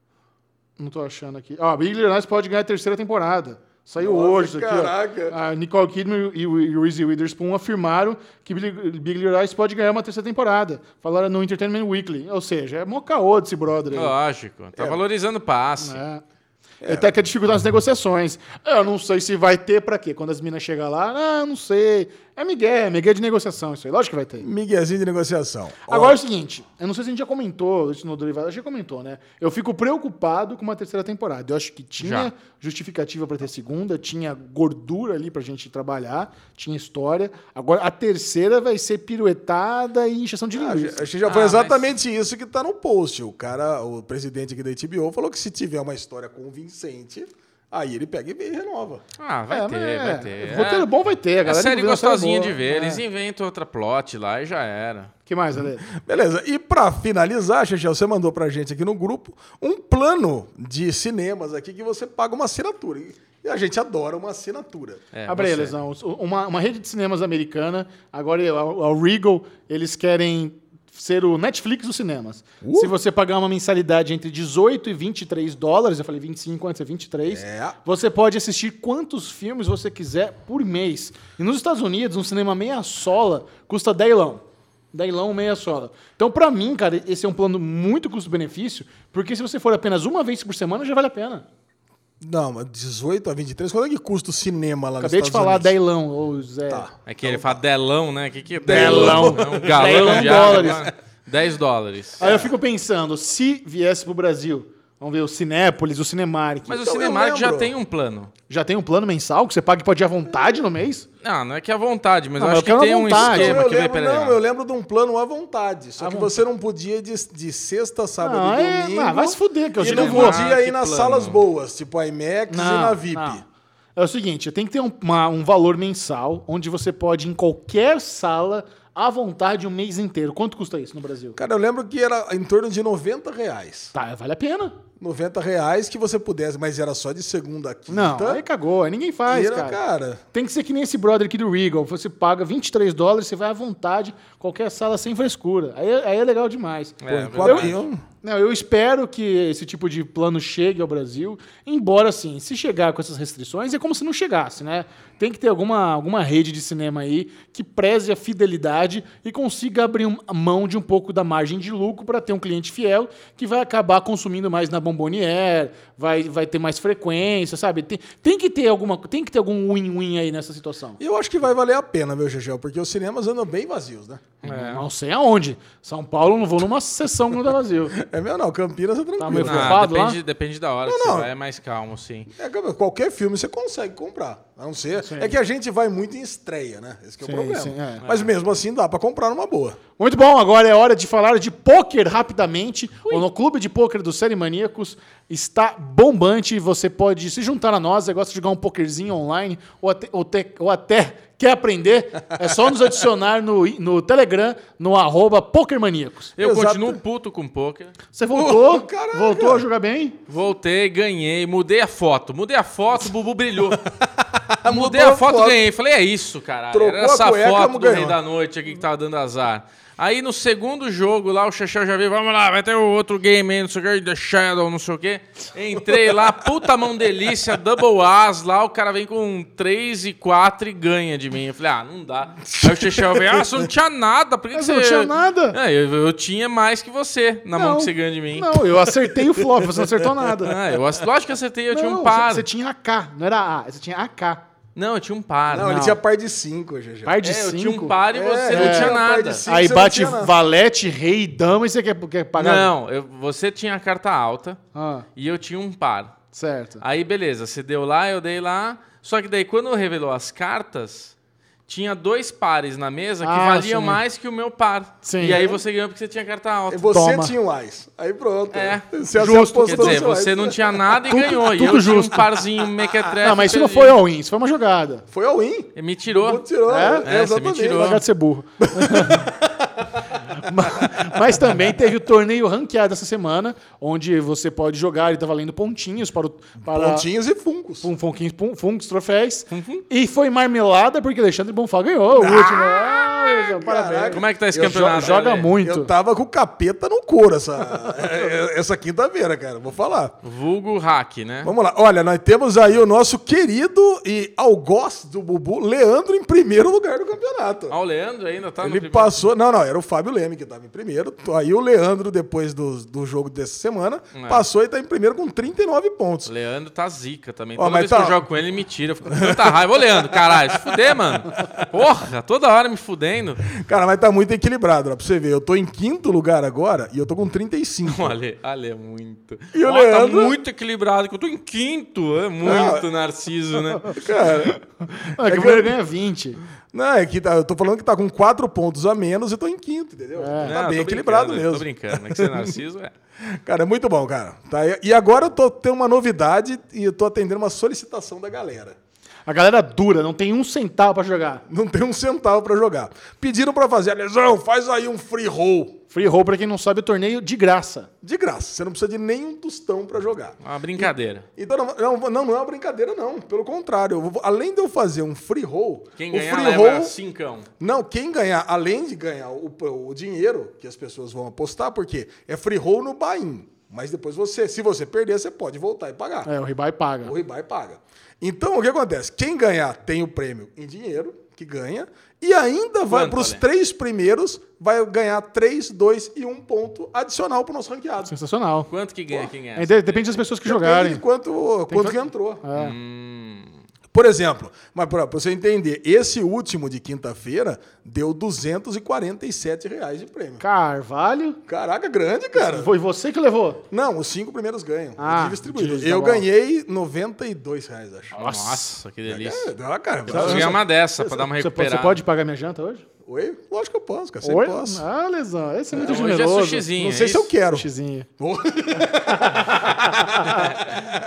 não tô achando aqui. Ó, Big Little Lies pode ganhar a terceira temporada. Saiu Nossa, hoje isso aqui, caraca. ó. A Nicole Kidman e o e o Reese Witherspoon afirmaram que Big Big Little Lies pode ganhar uma terceira temporada. Falaram no Entertainment Weekly. Ou seja, é mó caô desse brother aí. Lógico. Tá valorizando o passe. É. Até que a dificuldade nas negociações. Eu não sei se vai ter pra quê. Quando as minas chegam lá, ah, eu não sei. É migué, migué de negociação isso aí. Lógico que vai ter. Miguezinho de negociação. Ó, Agora é o seguinte, eu não sei se a gente já comentou isso no Derivado, acho que já comentou, né? Eu fico preocupado com uma terceira temporada. Eu acho que tinha Já. justificativa pra ter segunda, tinha gordura ali pra gente trabalhar, tinha história. Agora a terceira vai ser piruetada e injeção de a linguiça. gente já foi Ah, exatamente isso que tá no post. O cara, o presidente aqui da H B O falou que se tiver uma história convincente, aí ele pega e renova. Ah, vai É, ter, mas vai é, ter. roteiro bom vai ter, a É galera série envolvida na série gostosinha boa. de ver. É. Eles inventam outra plot lá e já era. Que mais, Ale? Beleza, e pra finalizar, Chechel, você mandou pra gente aqui no grupo um plano de cinemas aqui que você paga uma assinatura. E a gente adora uma assinatura. É, Abre aí, você. Lesão. Uma, uma rede de cinemas americana, agora a, a Regal, eles querem ser o Netflix dos cinemas. Uh. Se você pagar uma mensalidade entre dezoito e vinte e três dólares, eu falei vinte e cinco, antes é vinte e três, É. você pode assistir quantos filmes você quiser por mês. E nos Estados Unidos, um cinema meia sola custa dezão. Dezão, meia sola. Então, pra mim, cara, esse é um plano muito custo-benefício, porque se você for apenas uma vez por semana, já vale a pena. Não, mas dezoito a vinte e três, quanto é que custa o cinema lá Acabei nos de Estados falar Unidos? dezão, ô Zé. Tá. É que ele fala delão, né? O que, que é Delão. É um galão Delão de dólares. água. dez dólares. Aí eu fico pensando, se viesse pro Brasil, vamos ver, o Cinépolis, o Cinemark, Mas o Então, eu Cinemark já lembro. tem um plano. já tem um plano mensal que você paga e pode ir à vontade no mês? Não, não é que é à vontade, mas Não, eu mas acho eu que quero tem à um vontade. esquema eu que vai lembro, peraí. não, eu lembro de um plano à vontade. Só À que vontade. você não podia ir de, de sexta, sábado Não, e é- domingo. ah, vai se fuder, que eu E sei não que eu vou. podia Ah, ir que nas plano. salas boas, tipo a IMAX e na V I P. não. É o seguinte, tem que ter um, uma- um valor mensal, onde você pode ir em qualquer sala à vontade um mês inteiro. Quanto custa isso no Brasil? Cara, eu lembro que era em torno de noventa reais. Tá, vale a pena. noventa reais que você pudesse, mas era só de segunda a quinta. Não, aí cagou, aí ninguém faz, E era, cara. cara. Tem que ser que nem esse brother aqui do Regal. Você paga vinte e três dólares, você vai à vontade, qualquer sala sem frescura. Aí, aí é legal demais. É, Pô, verdade. enquanto eu- Não, eu espero que esse tipo de plano chegue ao Brasil, embora, assim, se chegar com essas restrições, é como se não chegasse, né? Tem que ter alguma, alguma rede de cinema aí que preze a fidelidade e consiga abrir um- mão de um pouco da margem de lucro para ter um cliente fiel que vai acabar consumindo mais na Bomboniere, vai, vai ter mais frequência, sabe? Tem, tem que ter alguma, tem que ter algum win-win aí nessa situação. E eu acho que vai valer a pena, meu Gegel, porque os cinemas andam bem vazios, né? Não sei aonde. São Paulo, não vou numa sessão que não tá vazio. É meu não, Campinas é meio tranquilo. frio. Ah, Flopado lá? depende, depende da hora Não, que não. você vai, é mais calmo, sim. É, qualquer filme você consegue comprar. A não ser. É que a gente vai muito em estreia, né? Esse que é o Sim, problema. sim, é. Mas mesmo assim dá pra comprar numa boa. Muito bom, agora é hora de falar de pôquer rapidamente. O no Clube de Pôquer do Série Maníacos está bombante. Você pode se juntar a nós, você gosta de jogar um pokerzinho online ou até, ou te- ou até quer aprender, é só nos adicionar no, no Telegram, no arroba PokerManíacos. Eu Exato. continuo puto com poker. Você voltou? Oh, caraca. voltou a jogar bem? Voltei, ganhei, mudei a foto. Mudei a foto, o Bubu brilhou. Mudei Mudou a foto, a foto. ganhei. Falei, é isso, caralho. Trocou Era essa a cueca, foto do ganhou. Rei da Noite aqui que tava dando azar. Aí no segundo jogo lá, o Chechel já veio, vamos lá, vai ter o outro game aí, não sei o que, The Shadow, não sei o que. Entrei lá, puta mão delícia, double as lá, o cara vem com três e quatro e ganha de mim. Eu falei, ah, não dá. Aí o Chechel veio, ah, você não tinha nada, por que, Mas que eu você... não tinha nada. É, eu, eu tinha mais que você, na mão Não. que você ganha de mim. Não, eu acertei o flop, você não acertou nada. Ah, eu, lógico que eu acertei, eu tinha Não, um par. Você, você tinha A K, não era A, você tinha A K. Não, eu tinha um par. Não, ele tinha par de cinco, G G. Par de É, eu cinco. tinha um par e você É, não é. tinha Par de nada. cinco. Aí você não bate tinha nada. valete, rei e dama e você quer, quer pagar? Não, eu- você tinha a carta alta Ah, e eu tinha um par. certo. Aí, beleza, você deu lá, eu dei lá. Só que daí, quando revelou as cartas, tinha dois pares na mesa que Ah, valiam sim. mais que o meu par. Sim. E aí você ganhou porque você tinha carta alta. E você Toma. tinha um Ais. Aí pronto. É. Você Justo, apostou Quer no dizer, seu você Ais. não tinha nada e Tudo- ganhou. E tudo eu tinha justo. um parzinho mequetrefe. Não, mas isso não perdi. foi all-in, isso foi uma jogada. Foi ao win. E me tirou. Tirou. É? É, você me exatamente. tirou. Largar de ser burro. mas, mas também teve o torneio ranqueado essa semana, onde você pode jogar e tá valendo pontinhos para o. Para Pontinhos e funcos. Um Funkins, pum- Funkos, troféus. E foi marmelada porque Alexandre Bonfá ganhou o último. Ah, parabéns. caraca. Como é que tá esse Eu campeonato? jo- joga Ale? muito. Eu tava com o capeta no couro essa, essa quinta-feira, cara. Vou falar. Vulgo hack, né? Vamos lá. Olha, nós temos aí o nosso querido e algoz do Bubu, Leandro, em primeiro lugar do campeonato. Ah, o Leandro ainda tá no Ele primeiro. passou. Não, não, era o Fábio Leme que estava em primeiro. Aí o Leandro, depois do, do jogo dessa semana, É. passou e tá em primeiro com trinta e nove pontos. O Leandro tá zica também. Ó, Toda mas vez tá- que eu jogo com ele, ele me tira. Eu fico com tanta raiva. Ô, Leandro, caralho, se fuder, mano. Porra, toda hora me fudendo. Cara, mas tá muito equilibrado, ó, pra você ver. Eu tô em quinto lugar agora e eu tô com trinta e cinco. Olha, Ale é muito. E o Ó, Leandro? Tá muito equilibrado, que eu tô em quinto. É muito narciso, né? Cara, Ah, que o primeiro ganha vinte. não, é que tá, eu tô falando que tá com quatro pontos a menos e tô em quinto, entendeu? É. Tá Não, bem tô equilibrado brincando, mesmo. Tô brincando, é que ser narciso é. Cara, é muito bom, cara. Tá, e agora eu tô tendo uma novidade e eu tô atendendo uma solicitação da galera. A galera dura, não tem um centavo pra jogar. Não tem um centavo pra jogar. Pediram pra fazer, Alesão, faz aí um free roll. Free roll, pra quem não sabe, é torneio de graça. De graça. Você não precisa de nenhum tostão pra jogar. Uma brincadeira. Então, não, não, não, não é uma brincadeira, não. Pelo contrário, eu vou- além de eu fazer um free roll, Quem o ganhar free leva roll. cincão. Não, quem ganhar, além de ganhar o, o dinheiro que as pessoas vão apostar, porque é free roll no buy-in. Mas depois você, se você perder, você pode voltar e pagar. É, o ribai paga. O Ribai paga. Então, o que acontece? Quem ganhar tem o prêmio em dinheiro, que ganha, e ainda vai Quanto, para os Ale? três primeiros, vai ganhar três, dois e um ponto adicional para o nosso ranqueado. Sensacional. Quanto que ganha quem ganha? É, de- depende das pessoas que Depende jogarem. de quanto, quanto que- que entrou. É. Hum, Por exemplo, mas para você entender, esse último de quinta-feira deu duzentos e quarenta e sete reais de prêmio. Carvalho. Caraca, grande, cara. Foi você que levou. Não, os cinco primeiros ganham. Ah, é distribuído. diz, tá Eu bom. ganhei noventa e dois reais, acho. nossa, que delícia. É, dá, cara. Preciso ganhar uma dessa pra dar uma Você pode, recuperada. você pode pagar minha janta hoje? Oi? Lógico que eu posso, cara. Sempre Oi? posso. Ah, Lesão, esse é muito Hoje é generoso. sushizinho. Não é sei se eu isso? quero. Sushizinho. Vou-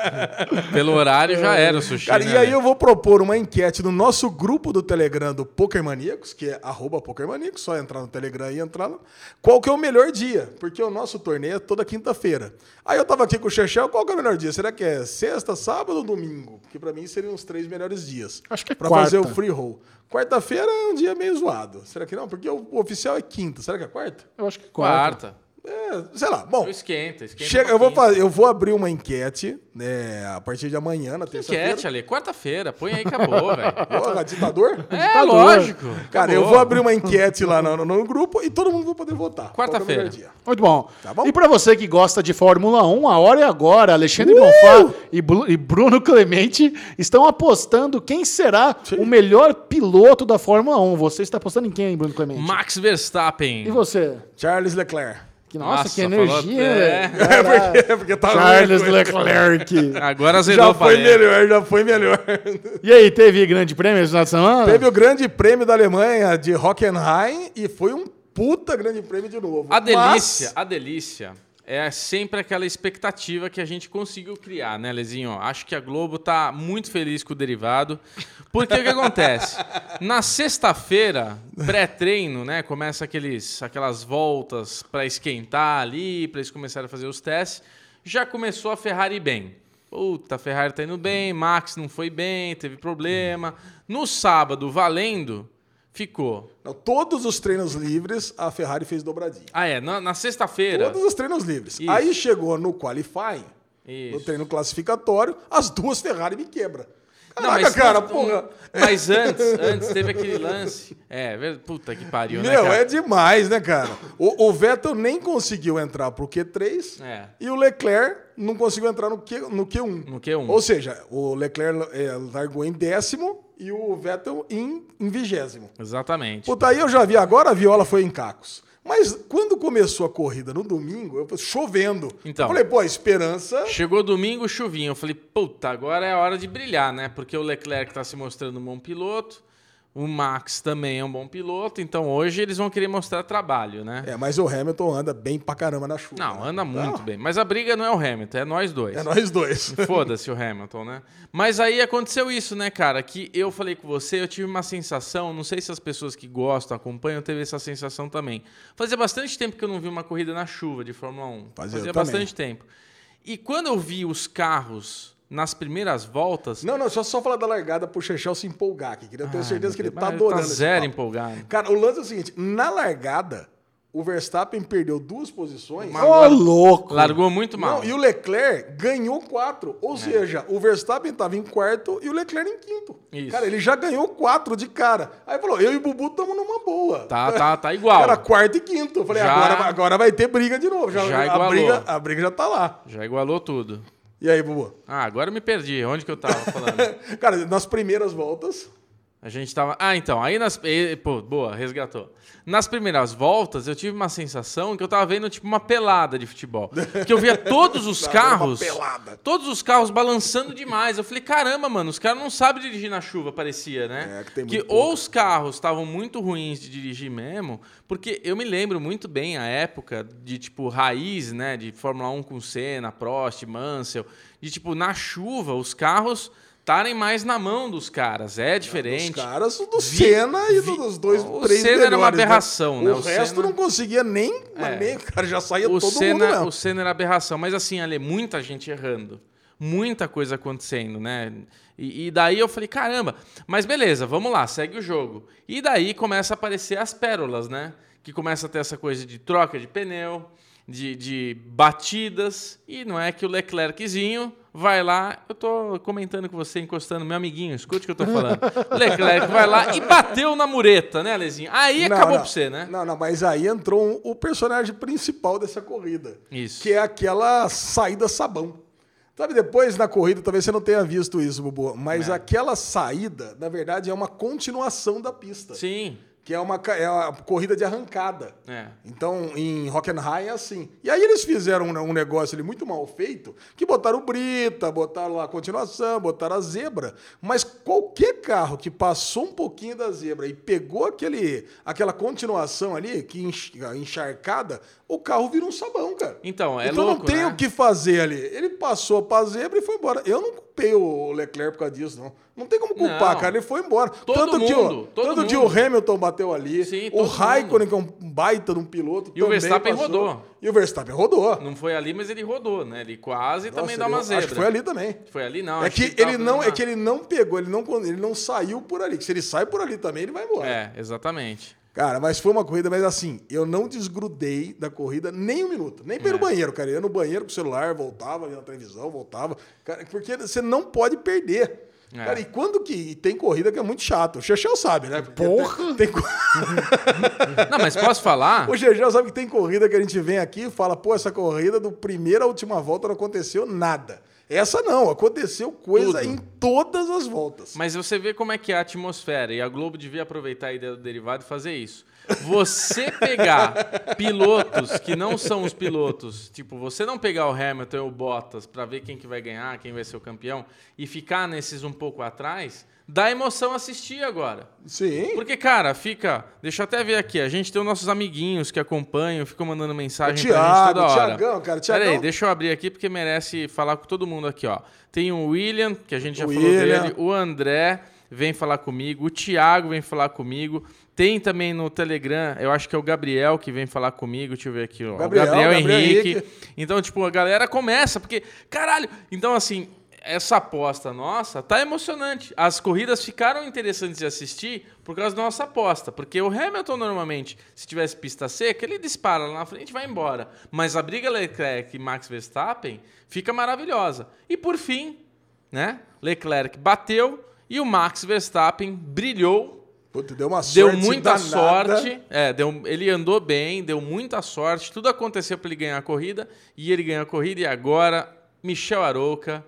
Pelo horário já era o sushi, Cara, né, e aí Ale? eu vou propor uma enquete no nosso grupo do Telegram do Poker Maníacos, que é arroba Poker Maníacos, só entrar no Telegram e entrar lá. Qual que é o melhor dia? Porque o nosso torneio é toda quinta-feira. Aí eu tava aqui com o Chechel, qual que é o melhor dia? Será que é sexta, sábado ou domingo? Porque pra mim seriam os três melhores dias. Acho que é pra quarta. fazer o free roll. Quarta-feira é um dia meio zoado. Será que não? Porque o, o oficial é quinta. Será que é quarta? Eu acho que é quarta. Quarta. É, sei lá. Bom, Esquenta, esquenta. chega, um eu, vou pouquinho. fazer, eu vou abrir uma enquete né, a partir de amanhã, na terça-feira. Enquete, Ale. Quarta-feira. Põe aí, acabou, velho. Porra, ditador? É, Ditador. lógico. Cara, eu Acabou. vou abrir uma enquete lá no, no, no grupo e todo mundo vai poder votar. Quarta-feira. Qual que é o melhor dia? Muito bom. Tá bom? E pra você que gosta de Fórmula um, a hora é agora. Alexandre Bonfá e, Bru- e Bruno Clemente estão apostando quem será Sim. o melhor piloto da Fórmula um. Você está apostando em quem, Bruno Clemente? Max Verstappen. E você? Charles Leclerc. Que, nossa, Nossa, que falou- energia, é. velho. É porque, é porque tá Charles ruim, Leclerc. Agora azedou Já o foi panela. melhor, já foi melhor. E aí, teve grande prêmio esse final de semana? Teve o grande prêmio da Alemanha de Hockenheim e foi um puta grande prêmio de novo. A Mas- delícia, a delícia é sempre aquela expectativa que a gente conseguiu criar, né, Lezinho? Acho que a Globo tá muito feliz com o derivado. Porque o que acontece? Na sexta-feira, pré-treino, né, começa aqueles, aquelas voltas para esquentar ali, para eles começarem a fazer os testes. Já começou a Ferrari bem. Puta, a Ferrari tá indo bem, Max não foi bem, teve problema. No sábado, valendo, ficou. Não, todos os treinos livres, a Ferrari fez dobradinha. Ah, é, na, na sexta-feira. Todos os treinos livres. Isso. Aí chegou no qualifying, no Isso. treino classificatório, as duas Ferrari me quebram. Não, Caraca, mas, cara, não- porra. mas antes, antes teve aquele lance. É, ver- puta que pariu, né, Meu, cara? é demais, né, cara? O, o Vettel nem conseguiu entrar pro Q três É. e o Leclerc não conseguiu entrar no, Q, no Q um. No Q um. Ou seja, o Leclerc é, largou em décimo e o Vettel em, em vigésimo. Exatamente. Puta, aí eu já vi agora, a Viola foi em cacos. Mas quando começou a corrida no domingo, eu falei, chovendo. Então. Eu falei, pô, a esperança... Chegou domingo, chuvinho. Eu falei, puta, agora é a hora de brilhar, né? Porque o Leclerc tá se mostrando um bom piloto. O Max também é um bom piloto. Então hoje eles vão querer mostrar trabalho, né? É, mas o Hamilton anda bem pra caramba na chuva. Não, né? anda muito Não, bem. Mas a briga não é o Hamilton, é nós dois. É nós dois. Foda-se o Hamilton, né? Mas aí aconteceu isso, né, cara? Que eu falei com você, eu tive uma sensação, não sei se as pessoas que gostam, acompanham, teve essa sensação também. Fazia bastante tempo que eu não vi uma corrida na chuva de Fórmula um. Fazia, Fazia eu bastante tempo. E quando eu vi os carros nas primeiras voltas... Não, não, deixa eu só falar da largada pro Chechel se empolgar aqui. Que eu tenho Ai, certeza que meu ele Deus, tá mas adorando Tá esse zero papo. empolgado. Cara, o lance é o seguinte, na largada, o Verstappen perdeu duas posições. Mas- Ô, louco. Largou muito mal. Não, e o Leclerc ganhou quatro. Ou seja, o Verstappen estava em quarto e o Leclerc em quinto. Isso. Cara, ele já ganhou quatro de cara. Aí falou, eu e o Bubu estamos numa boa. Tá, tá, tá igual. Cara, quarto e quinto. Eu falei, Já- agora, vai- agora vai ter briga de novo. Já, Já a, igualou. briga, a briga já tá lá. Já igualou tudo. E aí, Bubu? Ah, agora eu me perdi. Onde que eu tava falando? Cara, nas primeiras voltas... A gente tava. Ah, então. Aí nas. eh, Pô, boa, resgatou. Nas primeiras voltas, eu tive uma sensação que eu tava vendo tipo uma pelada de futebol. Que eu via todos os Tava vendo uma carros. pelada. Todos os carros balançando demais. Eu falei, caramba, mano, os caras não sabem dirigir na chuva, parecia, né? É, que tem muito que pouco. ou os carros estavam muito ruins de dirigir mesmo, porque eu me lembro muito bem a época de, tipo, raiz, né? De Fórmula um com Senna, Prost, Mansell. De, tipo, na chuva, os carros estarem mais na mão dos caras. É diferente. Os caras do Vi- Senna e vi- dos dois, o três Senna era uma melhores, aberração, né? O, O resto Senna- não conseguia nem, É. nem... Cara, já saía O todo mundo Senna, mesmo. o Senna era aberração. Mas assim, Ale, muita gente errando. Muita coisa acontecendo, né? E, e daí eu falei, caramba, mas beleza, vamos lá, segue o jogo. E daí começa a aparecer as pérolas, né? Que começa a ter essa coisa de troca de pneu, de, de batidas. E não é que o Leclerczinho vai lá... Eu tô comentando com você, encostando, meu amiguinho, escute o que eu tô falando. O Leclerc vai lá e bateu na mureta, né, Lezinho? Aí Não, acabou não. pra você, né? Não, não, mas aí entrou um- o personagem principal dessa corrida. Isso. Que é aquela saída sabão. Sabe, depois na corrida, talvez você não tenha visto isso, Bubu, mas É. aquela saída, na verdade, é uma continuação da pista. Sim. que é uma, é uma corrida de arrancada. É. Então, em Hockenheim é assim. E aí eles fizeram um, um negócio ali muito mal feito, que botaram o Brita, botaram lá a continuação, botaram a zebra, mas qualquer carro que passou um pouquinho da zebra e pegou aquele, aquela continuação ali, que enx- encharcada, o carro vira um sabão, cara. Então, é então louco, não tem né? o que fazer ali. Ele passou pra zebra e foi embora. Eu não culpei o Leclerc por causa disso, não. Não tem como culpar, Não. cara. Ele foi embora. Todo tanto que, mundo, o, todo tanto que mundo. o Hamilton bateu ali. Sim, o todo Raikkonen, que é um baita de um piloto, E o também Verstappen passou. rodou. E o Verstappen rodou. Não foi ali, mas ele rodou, né? Ele quase Nossa, também dá ele- uma zebra. Acho que foi ali também. Foi ali, não. É acho que, tava ele não, numa- é que ele não pegou, ele não, ele não saiu por ali. Que se ele sai por ali também, ele vai embora. É, exatamente. Cara, mas foi uma corrida, mas assim, eu não desgrudei da corrida nem um minuto. Nem pelo É. banheiro, cara. Eu ia no banheiro com o celular, voltava, ia na televisão, voltava. Cara, porque você não pode perder. É. Cara, e quando que tem corrida que é muito chato? O Chechel sabe, né? Porque Porra! Tem, tem co- Não, mas posso falar? O Chechel sabe que tem corrida que a gente vem aqui e fala, pô, essa corrida do primeira à última volta não aconteceu nada. Essa não, aconteceu coisa Tudo. em todas as voltas. Mas você vê como é que é a atmosfera. E a Globo devia aproveitar a ideia do derivado e fazer isso. Você pegar pilotos que não são os pilotos, tipo, você não pegar o Hamilton e o Bottas para ver quem que vai ganhar, quem vai ser o campeão, e ficar nesses um pouco atrás, dá emoção assistir agora. Sim. Porque, cara, fica... Deixa eu até ver aqui. A gente tem os nossos amiguinhos que acompanham, ficam mandando mensagem O pra gente Thiago, toda o hora. Thiagão, cara, o Pera aí, Thiagão- deixa eu abrir aqui porque merece falar com todo mundo aqui, ó. Tem o William, que a gente já O falou William. dele. O André vem falar comigo. O Thiago vem falar comigo. Tem também no Telegram, eu acho que é o Gabriel que vem falar comigo. Deixa eu ver aqui, ó. Gabriel, o Gabriel, Gabriel Henrique. Henrique. Então, tipo, a galera começa, porque... Caralho! Então, assim... Essa aposta nossa tá emocionante. As corridas ficaram interessantes de assistir por causa da nossa aposta. Porque o Hamilton, normalmente, se tivesse pista seca, ele dispara lá na frente e vai embora. Mas a briga Leclerc e Max Verstappen fica maravilhosa. E por fim, né? Leclerc bateu e o Max Verstappen brilhou. Puta, deu uma sorte Deu muita danada. sorte. É, deu, ele andou bem, deu muita sorte. Tudo aconteceu para ele ganhar a corrida. E ele ganhou a corrida. E agora, Michel Arouca...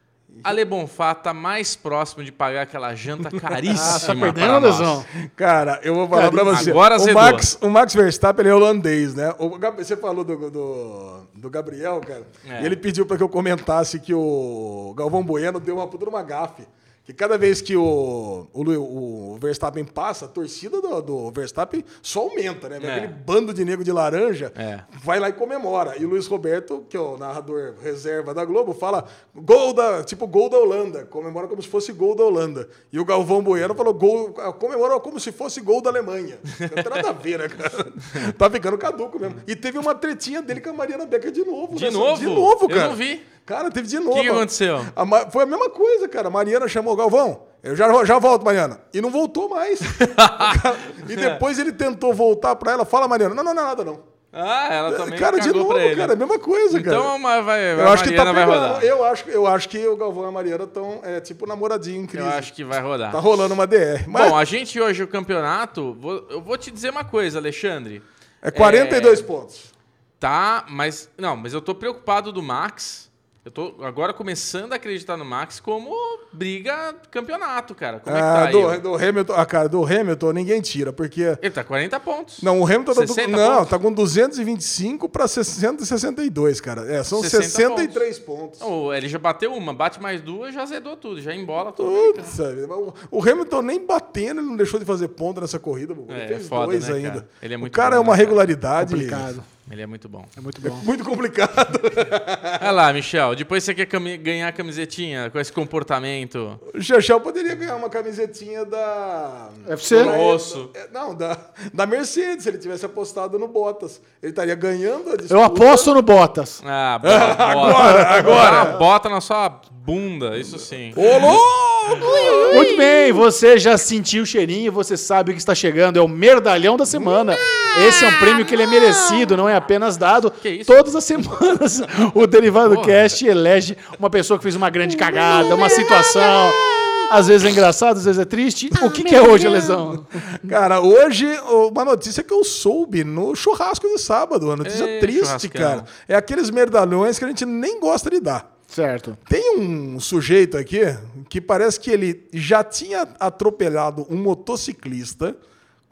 Ale Bonfá tá mais próximo de pagar aquela janta caríssima. Ah, tá perdendo, para nós. Lesão? Cara, eu vou falar pra você. Agora o, azedou. Max, o Max Verstappen ele é holandês, né? O, Gab- você falou do, do, do Gabriel, cara. É. E ele pediu pra que eu comentasse que o Galvão Bueno deu uma puta numa gafe. Que cada vez que o, o, Lu- o Verstappen passa, a torcida do, do Verstappen só aumenta, né? Vem É. Aquele bando de negro de laranja É. vai lá e comemora. E o Luiz Roberto, que é o narrador reserva da Globo, fala gol da, tipo gol da Holanda. Comemora como se fosse gol da Holanda. E o Galvão Bueno falou gol, comemora como se fosse gol da Alemanha. Não tem nada a ver, né, cara? Tá ficando caduco mesmo. E teve uma tretinha dele com a Mariana Becker de novo. De nessa- novo? De novo, cara. Eu não vi. Cara, teve de novo. O que que aconteceu? A Ma- foi a mesma coisa, cara. A Mariana chamou o Galvão. Eu já, já volto, Mariana. E não voltou mais. Cara, e depois ele tentou voltar pra ela. Fala, Mariana. Não, não, não é nada, não. Ah, ela também Cara, de cagou novo, pra ele. cara. A mesma coisa, cara. Então uma vai, eu a acho que tá Mariana vai pegando. rodar. Eu acho, eu acho que o Galvão e a Mariana estão, é, tipo, namoradinho em crise. Eu acho que vai rodar. Tá rolando uma D R. Mas Bom, a gente hoje, o campeonato... vou- eu vou te dizer uma coisa, Alexandre. é quarenta e dois pontos. Tá, mas... Não, mas eu tô preocupado do Max. Eu tô agora começando a acreditar no Max como briga campeonato, cara. Como é que Ah, tá aí? do, ó? do Hamilton, ah, cara, do Hamilton ninguém tira, porque... Ele tá quarenta pontos. Não, o Hamilton tá, do, sessenta não, pontos. tá com duzentos e vinte e cinco para secentos e sessenta e dois, cara. É, são sessenta sessenta e três pontos. Oh, ele já bateu uma, bate mais duas, já azedou tudo, já embola tudo. aí, cara. Putz, sabe, o- o Hamilton nem batendo, ele não deixou de fazer ponto nessa corrida. Ele É, fez é foda, dois né, ainda. cara? Ele é muito o cara bom, é uma né, cara? regularidade. Complicado. Ele é muito bom. É muito bom. Muito complicado. Olha lá, Michel, depois você quer cami- ganhar a camisetinha com esse comportamento. O Chechel poderia ganhar uma camisetinha da... F C? da- Osso. é, Não, da, da Mercedes, se ele tivesse apostado no Bottas. Ele estaria ganhando a disputa. Eu aposto no Bottas. Ah, bota, agora, agora. Bota na sua bunda, isso sim. Ô, louco! Muito bem, você já sentiu o cheirinho, você sabe o que está chegando. É o merdalhão da semana. Esse é um prêmio que ele é merecido, não é apenas dado. Que isso? Todas as semanas o Derivado Porra. Cast elege uma pessoa que fez uma grande cagada, uma situação. Às vezes é engraçado, às vezes é triste. O que, que é hoje, Lesão? Cara, hoje uma notícia que eu soube no churrasco de sábado. Uma notícia Ei, triste, churrascão. cara. É aqueles merdalhões que a gente nem gosta de dar. Certo. Tem um sujeito aqui que parece que ele já tinha atropelado um motociclista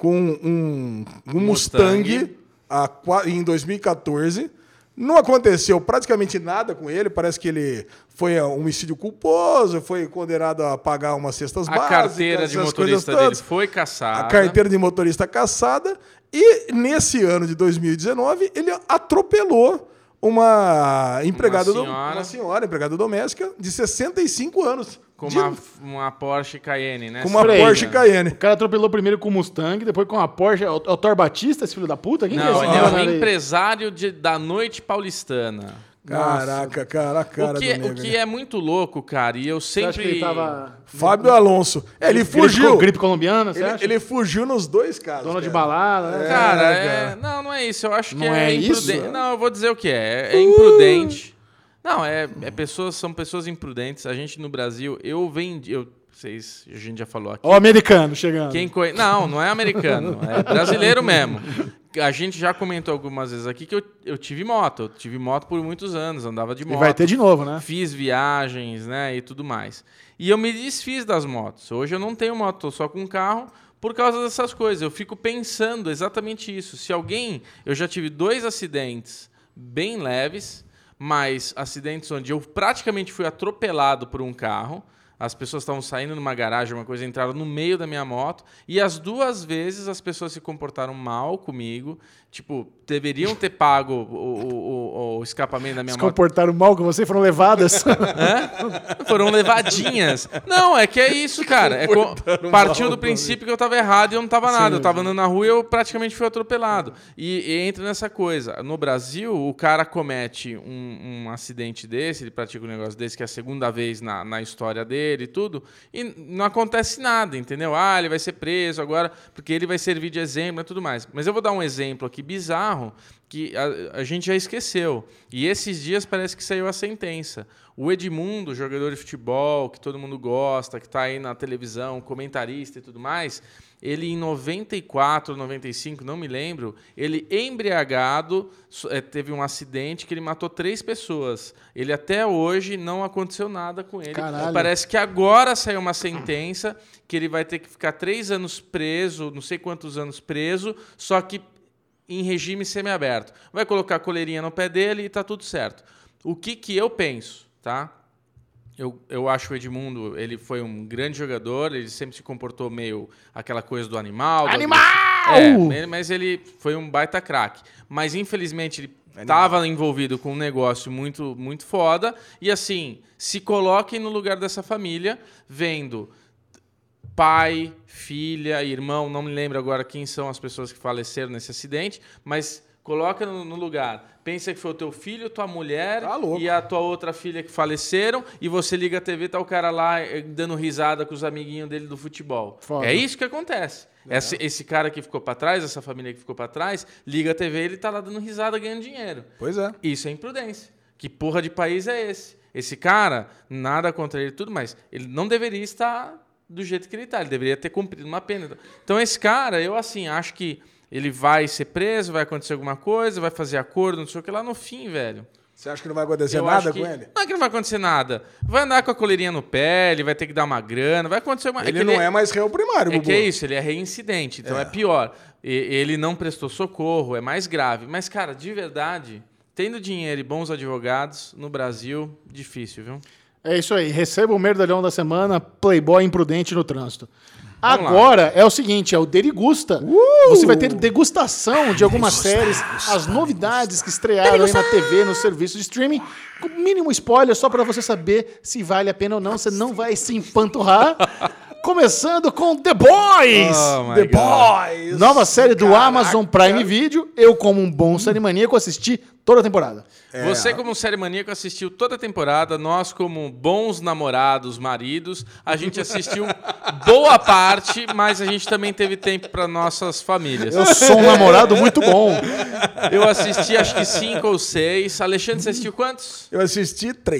com um, um Mustang, Mustang a, em dois mil e quatorze. Não aconteceu praticamente nada com ele. Parece que ele foi um homicídio culposo, foi condenado a pagar umas cestas A básicas. carteira de motorista dele foi caçada. A carteira de motorista caçada. E nesse ano de dois mil e dezenove, ele atropelou uma empregada, Uma senhora. do, uma senhora empregada doméstica de sessenta e cinco anos. Com de, uma, uma Porsche Cayenne, né? com uma Freio, Porsche né? Cayenne. O cara atropelou primeiro com o Mustang, depois com a Porsche. É o, é o Thor Batista, esse filho da puta? Quem Não, que é ele esse é cara um aí? empresário de, da noite paulistana. Caraca, cara, a cara O que, do o nego, que né? é muito louco, cara, e eu Você acha sempre... que ele tava... Fábio Alonso. É, ele Gripe- fugiu. Gripe colombiana, você Ele, acha? ele fugiu nos dois casos. Dono de cara. balada, né? Cara, É, é, cara. não, não é isso. Eu acho que Não é, é imprudente. isso? Não, eu vou dizer o que é. É imprudente. Não, é, é pessoas, são pessoas imprudentes. A gente no Brasil, eu vendi, eu, vocês, a gente já falou aqui. Ó o americano chegando. Quem conhe... Não, não é americano, é brasileiro mesmo. A gente já comentou algumas vezes aqui que eu, eu tive moto. Eu tive moto por muitos anos, andava de E moto. vai ter de novo, né? Fiz viagens, né, e tudo mais. E eu me desfiz das motos. Hoje eu não tenho moto, tô só com um carro por causa dessas coisas. Eu fico pensando exatamente isso. Se alguém... Eu já tive dois acidentes bem leves, mas acidentes onde eu praticamente fui atropelado por um carro. As pessoas estavam saindo numa garagem, uma coisa, entraram no meio da minha moto. E as duas vezes as pessoas se comportaram mal comigo. Tipo, deveriam ter pago o, o, o, o escapamento da minha Se moto. comportaram mal com você, foram levadas. Hã? Foram levadinhas. Não, é que é isso, cara. É co- partiu do princípio que eu tava errado e eu não tava nada. Eu tava andando na rua e eu praticamente fui atropelado. E, e entra nessa coisa. No Brasil, o cara comete um, um acidente desse, ele pratica um negócio desse, que é a segunda vez na, na história dele e tudo, e não acontece nada, entendeu? Ah, ele vai ser preso agora porque ele vai servir de exemplo e tudo mais. Mas eu vou dar um exemplo aqui bizarro que a, a gente já esqueceu. E esses dias parece que saiu a sentença. O Edmundo, jogador de futebol, que todo mundo gosta, que está aí na televisão, comentarista e tudo mais, ele em noventa e quatro, noventa e cinco, não me lembro, ele embriagado, é, teve um acidente que ele matou três pessoas. Ele até hoje não aconteceu nada com ele. Caralho. Parece que agora saiu uma sentença que ele vai ter que ficar três anos preso, não sei quantos anos preso, só que em regime semiaberto. Vai colocar a coleirinha no pé dele e tá tudo certo. O que, que eu penso, tá? Eu, eu acho o Edmundo, ele foi um grande jogador, ele sempre se comportou meio aquela coisa do animal. do Animal! agressivo. É, mas ele foi um baita craque. Mas, infelizmente, ele estava envolvido com um negócio muito, muito foda. E, assim, se coloquem no lugar dessa família, vendo pai, filha, irmão, não me lembro agora quem são as pessoas que faleceram nesse acidente, mas coloca no, no lugar. Pensa que foi o teu filho, tua mulher Tá louco. e a tua outra filha que faleceram, e você liga a T V, tá o cara lá eh, dando risada com os amiguinhos dele do futebol. Foda. É isso que acontece. Esse, esse cara que ficou para trás, essa família que ficou para trás, liga a T V, ele tá lá dando risada, ganhando dinheiro. Pois é. Isso é imprudência. Que porra de país é esse? Esse cara, nada contra ele e tudo, mas ele não deveria estar do jeito que ele está. Ele deveria ter cumprido uma pena. Então, esse cara, eu assim, acho que ele vai ser preso, vai acontecer alguma coisa, vai fazer acordo, não sei o que lá no fim, velho. Você acha que não vai acontecer Eu nada acho que- com ele? Não é que não vai acontecer nada. Vai andar com a coleirinha no pé, ele vai ter que dar uma grana, vai acontecer uma... Ele que não é mais réu primário, É Bubu. que é isso, ele é reincidente, então é, pior. E- ele não prestou socorro, é mais grave. Mas, cara, de verdade, tendo dinheiro e bons advogados, no Brasil, difícil, viu? É isso aí. Receba o merdalhão da semana, Playboy imprudente no trânsito. Vamos lá. Agora é o seguinte, é o Derigusta. Você vai ter degustação de algumas séries, as novidades que estrearam aí na T V, no serviço de streaming, com mínimo spoiler só para você saber se vale a pena ou não. Você não vai se empanturrar. Começando com The Boys. Oh, my The God. Boys! Nova série do Caraca. Amazon Prime Video. Eu, como um bom série maníaco, assisti toda a temporada. É. Você, como série maníaco, assistiu toda a temporada. Nós, como bons namorados, maridos, a gente assistiu boa parte, mas a gente também teve tempo para nossas famílias. Eu sou um namorado muito bom. Eu assisti acho que cinco ou seis. Alexandre, você assistiu quantos? Eu assisti três.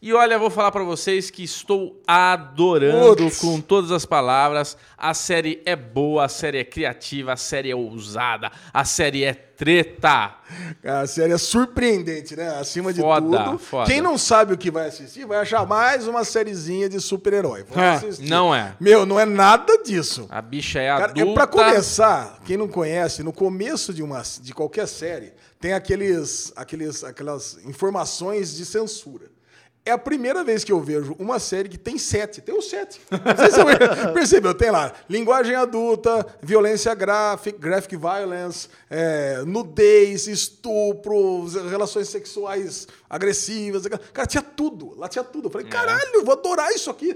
E olha, eu vou falar pra vocês que estou adorando Putz. com todas as palavras. A série é boa, a série é criativa, a série é ousada, a série é treta. A série é surpreendente, né? Acima de Foda, tudo. foda. Quem não sabe o que vai assistir, vai achar mais uma sériezinha de super-herói. Vamos É, assistir. não é. Meu, não é nada disso. A bicha é Cara, adulta. é pra começar, quem não conhece, no começo de, uma, de qualquer série, tem aqueles, aqueles, aquelas informações de censura. É a primeira vez que eu vejo uma série que tem sete. Tem os sete. Não sei se você percebeu. Tem lá linguagem adulta, violência gráfica, graphic violence, é, nudez, estupro, relações sexuais agressivas. Cara, tinha tudo. Lá tinha tudo. Eu falei, caralho, eu vou adorar isso aqui.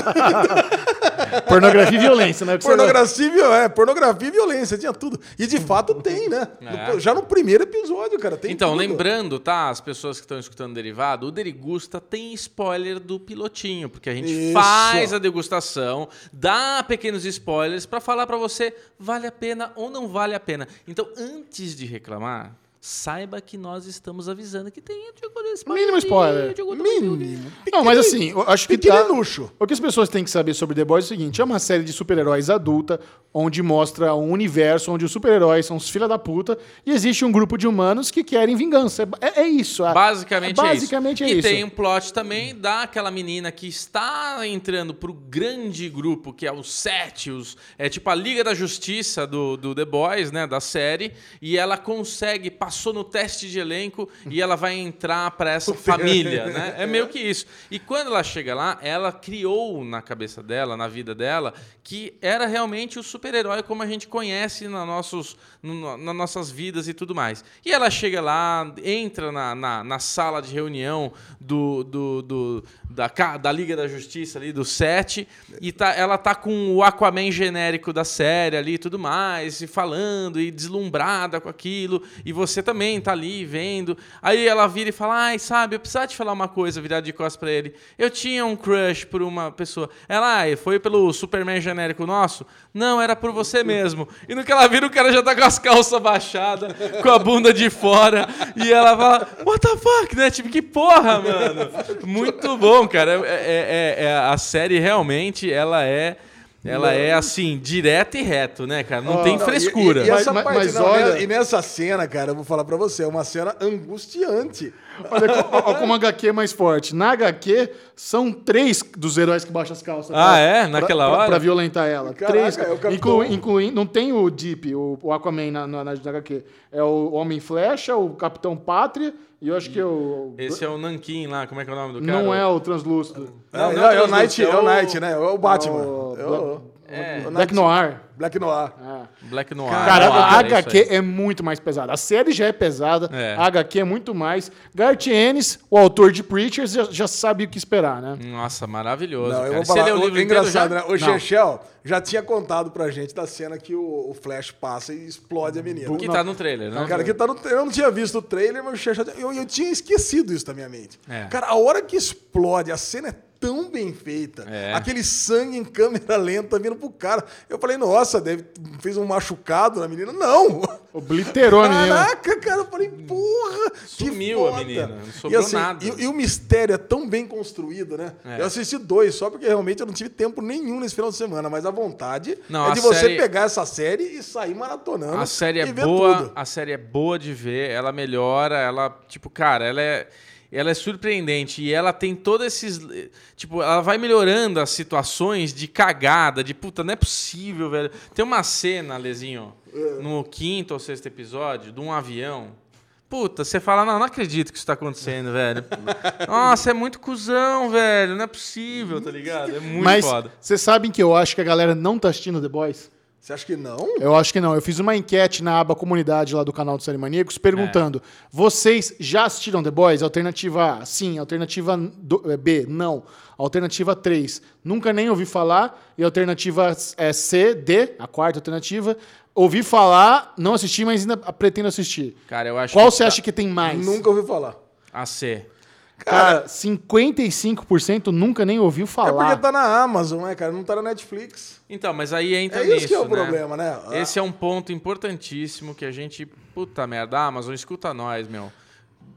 Pornografia e violência, né? Que você Pornografia, e viol- é, pornografia e violência, tinha tudo. E de fato tem, né? É. No- já no primeiro episódio, cara, tem Então, tudo. lembrando, tá? As pessoas que estão escutando o Derivado, o Derigusta tem spoiler do pilotinho, porque a gente Isso. faz a degustação, dá pequenos spoilers pra falar pra você vale a pena ou não vale a pena. Então, antes de reclamar, saiba que nós estamos avisando que tem spoiler. Mínimo spoiler. Mínimo. Não, mas assim, eu acho que pequeno tá- luxo. o que as pessoas têm que saber sobre The Boys é o seguinte: é uma série de super-heróis adulta, onde mostra um universo onde os super-heróis são os filha da puta e existe um grupo de humanos que querem vingança. É, é isso. a- Basicamente, basicamente é é isso. isso. E tem um plot também daquela menina que está entrando pro grande grupo, que é os Sete, os, é tipo a Liga da Justiça do, do The Boys, né, da série, e ela consegue, passou no teste de elenco e ela vai entrar pra essa família, né? É meio que isso. E quando ela chega lá, ela criou na cabeça dela, na vida dela, que era realmente o super-herói como a gente conhece na nossos, no, nas nossas vidas e tudo mais. E ela chega lá, entra na, na, na sala de reunião do, do, do, da, ca- da Liga da Justiça ali, do Sete, e tá, ela tá com o Aquaman genérico da série ali e tudo mais, e falando, e deslumbrada com aquilo, e você também tá ali vendo. Aí ela vira e fala, ai, sabe, eu precisava te falar uma coisa, virar de costas pra ele. Eu tinha um crush por uma pessoa. Ela, ah, foi pelo Superman genérico nosso? Não, era por você mesmo. E no que ela vira, o cara já tá com as calças baixadas, com a bunda de fora, e ela fala, what the fuck, né? Tipo, que porra, mano. Muito bom, cara. É, é- é- é- a série realmente, ela é... Ela é assim, direto e reto, né, cara? Não tem Não, frescura. E, e, e essa Mas- parte, mas não, olha- né? E nessa cena, cara, eu vou falar pra você, é uma cena angustiante. Olha co- ó, como a H Q é mais forte. Na H Q, são três dos heróis que baixam as calças. Ah, pra- é? Naquela pra, pra- hora? Pra violentar ela. Caraca, três. é o Capitão- Inclu, incluindo, não tem o Deep, o, o Aquaman na, na, na H Q. É o Homem-Flecha, o Capitão Pátria e eu acho que é o... Esse é o Nankin lá, como é que é o nome do cara? Não é o Translúcido. Não, Não, não, não, é o não, Night, é é o o- Night, né? É o Batman. É o É o- É, o Black Night- Noir. Black Noir. Black Noir. Cara, Noir, a é H isso Q aí. é muito mais pesada. A série já é pesada, É. a H Q é muito mais. Garth Ennis, o autor de Preachers, já, já sabe o que esperar, né? Nossa, maravilhoso, Não, cara. eu vou Você falar, leu o o, livro é inteiro engraçado, já? né? O Não. Chechel já tinha contado pra gente da cena que o, o Flash passa e explode a menina. Que tá no trailer, né? Cara, que tá no, eu não tinha visto o trailer, mas o Chechel, eu, eu tinha esquecido isso da minha mente. É. Cara, a hora que explode, a cena é tão bem feita. É. Aquele sangue em câmera lenta vindo pro cara. Eu falei, nossa, deve, fez um machucado na menina. Não! Obliterou a menina. Caraca, cara, eu falei, porra! que Sumiu a foda. menina, não E, sobrou assim, nada. E, e o mistério é tão bem construído, né? É. Eu assisti dois, só porque realmente eu não tive tempo nenhum nesse final de semana, mas a vontade Não, é a de você série- pegar essa série e sair maratonando. A série é e ver boa, tudo. a série é boa de ver, ela melhora, ela, tipo, cara, ela é ela é surpreendente e ela tem todos esses, tipo, ela vai melhorando as situações de cagada, de puta, não é possível, velho. Tem uma cena, Lezinho, no quinto ou sexto episódio, de um avião. Puta, você fala, não, não acredito que isso tá acontecendo, velho. Nossa, é muito cuzão, velho, não é possível, tá ligado? É muito Mas foda. vocês sabem que eu acho que a galera não tá assistindo The Boys? Você acha que não? Eu acho que não. Eu fiz uma enquete na aba comunidade lá do canal do Série Maníacos perguntando: vocês já assistiram The Boys? Alternativa A, sim. Alternativa do- eh, B, não. Alternativa três, nunca nem ouvi falar. E alternativa eh, C, D, a quarta alternativa, ouvi falar, não assisti, mas ainda pretendo assistir. Cara, eu acho Qual que você tá- acha que tem mais? Nunca ouvi falar. A C. Cara, cinquenta e cinco por cento nunca nem ouviu É falar. porque tá na Amazon, né, cara? Não tá na Netflix. Então, mas aí entra É isso nisso, que é o né? problema, né? Esse é um ponto importantíssimo que a gente... Puta merda, Amazon, escuta nós, meu.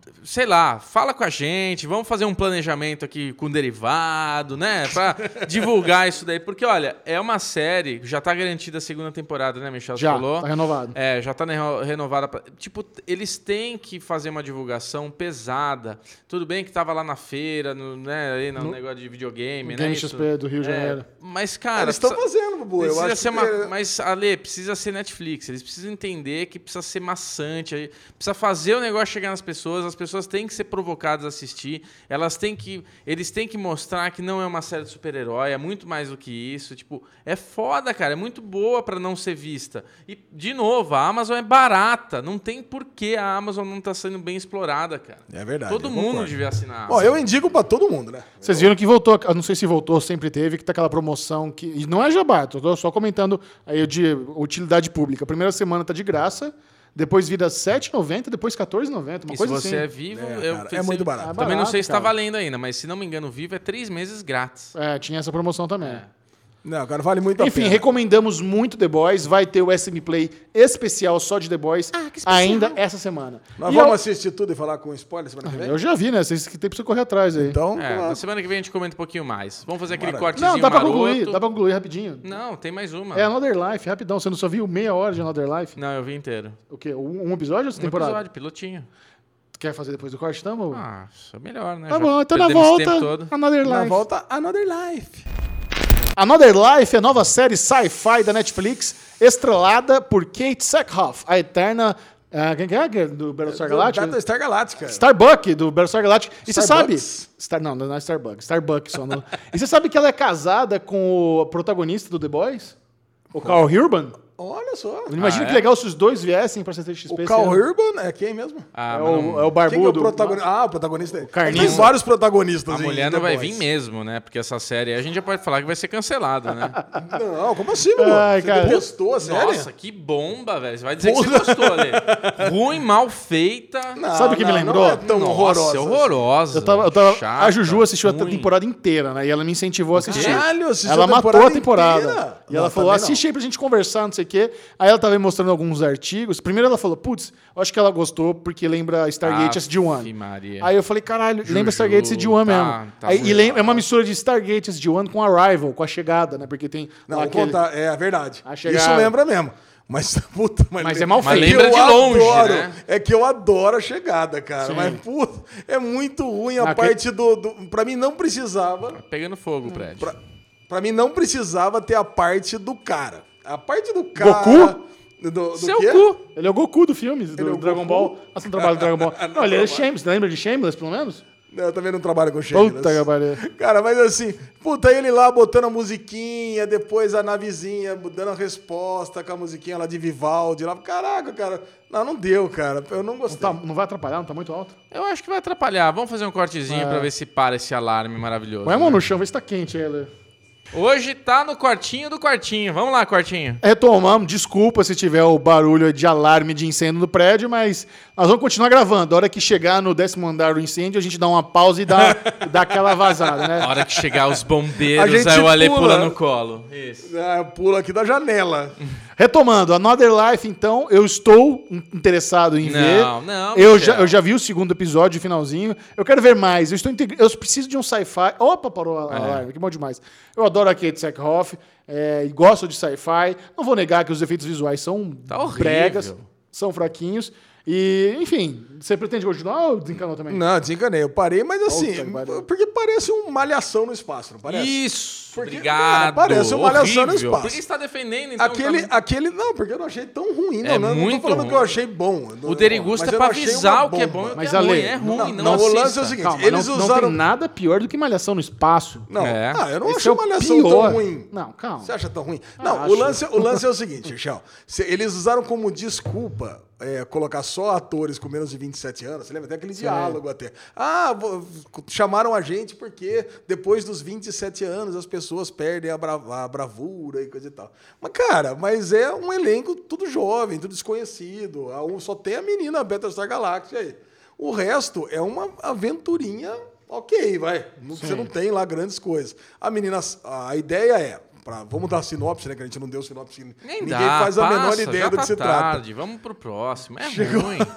sei lá, fala com a gente, vamos fazer um planejamento aqui com derivado, né? Pra divulgar isso daí. Porque, olha, é uma série, já tá garantida a segunda temporada, né, Michel? Você Já, falou? tá renovado. É, já tá reno- renovada. Pra, tipo, eles têm que fazer uma divulgação pesada. Tudo bem que tava lá na feira, no, né, aí no, No- negócio de videogame, né? Game isso. X P do Rio de É, Janeiro. mas, cara... Eles estão precisa- fazendo, Bubu. Eu Precisa acho ser que... uma, mas, Ale, precisa ser Netflix. Eles precisam entender que precisa ser maçante. aí Precisa fazer o negócio chegar nas pessoas. As pessoas têm que ser provocadas a assistir. Elas têm que, eles têm que mostrar que não é uma série de super-herói. É muito mais do que isso. Tipo, é foda, cara. É muito boa pra não ser vista. E, de novo, a Amazon é barata. Não tem por que a Amazon não tá sendo bem explorada, cara. É verdade. Todo eu mundo concordo. devia assinar a Ó, Amazon. eu indico pra todo mundo, né? Vocês viram que voltou, eu não sei se voltou, sempre teve, que tá aquela promoção que. E não é jabá, tô só comentando aí de utilidade pública. A primeira semana tá de graça, depois vira sete reais e noventa centavos, depois quatorze reais e noventa centavos, uma E se coisa você é assim. vivo, É, eu cara, é pensei- muito barato. É Também não barato, sei se tá cara. valendo ainda, mas se não me engano, vivo é três meses grátis. É, tinha essa promoção também. É. Não, cara, vale muito a Enfim, pena. recomendamos muito The Boys. Vai ter o S M Play especial só de The Boys Ah, que especial. ainda essa semana. Nós E vamos eu, assistir tudo e falar com spoiler semana que vem? eu já vi, né? Vocês que tem pra você correr atrás aí. Então, É, vamos lá. na semana que vem a gente comenta um pouquinho mais. Vamos fazer aquele Maravilha. cortezinho Não, dá pra maroto. concluir, dá pra concluir rapidinho. Não, tem mais uma. É Another Life, rapidão. Você não só viu meia hora de Another Life? Não, eu vi inteiro. O quê? Um, um episódio ou essa Um temporada? episódio, pilotinho. Quer fazer depois do corte, tamo? Ah, isso é melhor, né? tá Já bom, então na perdemos esse tempo volta, todo. Another Na Life. volta, Another Life. Another Life é a nova série sci-fi da Netflix, estrelada por Kate Sackhoff, a eterna... ah, quem que é? Que é do Battlestar Galactica? Battlestar Galactica. Starbuck, do Battlestar Galactica. E você sabe... Starbucks? Star, não, não é Starbucks. Starbucks só. Não. E você sabe que ela é casada com o protagonista do The Boys? O Carl Urban? Olha só. Imagina Ah, que é? legal se os dois viessem pra C C X P. O esse Carl ano. Urban é quem mesmo? Ah, É mas não- o, é o Quem que é o barbudo. protagonista? Ah, o protagonista. É Carlinhos. Tem vários protagonistas. A em mulher The não vai Boys. vir mesmo, né? Porque essa série aí a gente já pode falar que vai ser cancelada, né? Não, como assim, meu? Ai, Você cara. detestou a série? Nossa, que bomba, velho. Você vai dizer que você gostou, Ale. Ruim, mal feita. Não, Sabe o que me não, lembrou? Não é tão Nossa, horrorosa. é horrorosa. Eu tava, eu tava- chata, a Juju assistiu a ruim. temporada inteira, né? E ela me incentivou a assistir. Caralho, assistiu ela a matou temporada a temporada. inteira? E ela Não, falou: também não. assiste aí pra gente conversar, não sei o quê. Aí ela tava me mostrando alguns artigos. Primeiro ela falou: putz, eu acho que ela gostou porque lembra Stargate S G um. Aff, Maria. Aí eu falei: caralho, Juju, lembra Stargate S G um tá- mesmo. tá Aí, ruim. e lembra, é uma mistura de Stargate S G um com Arrival, com a chegada, né? Porque tem. Não, lá vou aquele- contar, é a verdade. A Isso chegada. lembra mesmo. Mas, puta, Mas é mal Mas feito. lembra eu de longe, adoro, né? É que eu adoro a chegada, cara. Sim. Mas, puta, é muito ruim a Não, parte do, do. Pra mim não precisava. Pegando fogo o prédio. Pra, pra mim não precisava ter a parte do cara. A parte do cara. Goku? Do, do Seu quê? cu. Ele é o Goku do filme, do Ele é o Dragon Goku? Ball. Nossa, não trabalha do Dragon Ball. Não Não, ele é trabalha. Shameless. Lembra de Shameless, pelo menos? Eu também não trabalho com Shameless. Puta que pariu. Cara, mas assim, puta, ele lá botando a musiquinha, depois a navezinha dando a resposta com a musiquinha lá de Vivaldi. Lá. Caraca, cara. Não, não deu, cara. Eu não Não, gostei. tá- não vai atrapalhar, não tá muito alto? Eu acho que vai atrapalhar. Vamos fazer um cortezinho É. pra ver se para esse alarme maravilhoso. Põe a mão né? no chão, vê se tá quente aí, Lê. Hoje tá no quartinho do quartinho. Vamos lá, quartinho. Retomamos, desculpa se tiver o barulho de alarme de incêndio no prédio, mas nós vamos continuar gravando. A hora que chegar no décimo andar do incêndio, a gente dá uma pausa e dá, dá aquela vazada, A né? hora que chegar os bombeiros, A gente aí o Ale pula. pula no colo. Isso. Ah, pula aqui da janela. Retomando, Another Life, então, eu estou interessado em Não, ver. não, eu Michel. já, eu já vi o segundo episódio, o finalzinho. Eu quero ver mais. Eu estou integ- eu preciso de um sci-fi. Opa, parou a, a É. live, que bom demais. Eu adoro a Kate Sackhoff, é, e gosto de sci-fi. Não vou negar que os efeitos visuais são Tá horrível. bregas, são fraquinhos. E, enfim, você pretende continuar ou desencanou também? Não, desencanei. Eu parei, mas assim, Puta que pariu. porque parece uma malhação no espaço, não parece? Isso. Porque, Obrigado. cara, parece uma malhação no Horrível. espaço. Por que você tá defendendo, então? Aquele, tá- aquele. Não, porque eu não achei tão ruim, não. É não, não muito tô falando ruim. que eu achei bom. O Derigusta Mas é eu pra não achei avisar uma o que é bomba. bom e o Mas, que é Ale, ruim. É ruim, não, não, não, o assista. lance é o seguinte, Calma, eles não, não usaram- tem nada pior do que malhação no espaço. Não, É. ah, eu não Esse achei é o uma malhação pior. tão ruim. Não, calma. Você acha tão ruim? Ah, não, acho. o lance, o lance é o seguinte, Michel. Se- Eles usaram como desculpa é, colocar só atores com menos de vinte e sete anos. Você lembra? Tem aquele diálogo até. Ah, vo- chamaram a gente porque depois dos vinte e sete anos as pessoas perdem a, bra- a bravura e coisa e tal. Mas, cara, mas é um elenco tudo jovem, tudo desconhecido. A- um- Só tem a menina Battlestar Galactica aí. O resto é uma aventurinha ok, vai. Não- Você não tem lá grandes coisas. A menina, a ideia é, pra, vamos dar sinopse, né? Que a gente não deu sinopse. Nem Ninguém dá, faz a menor passa, ideia já do tá que se trata. tarde. Vamos pro próximo. É ruim.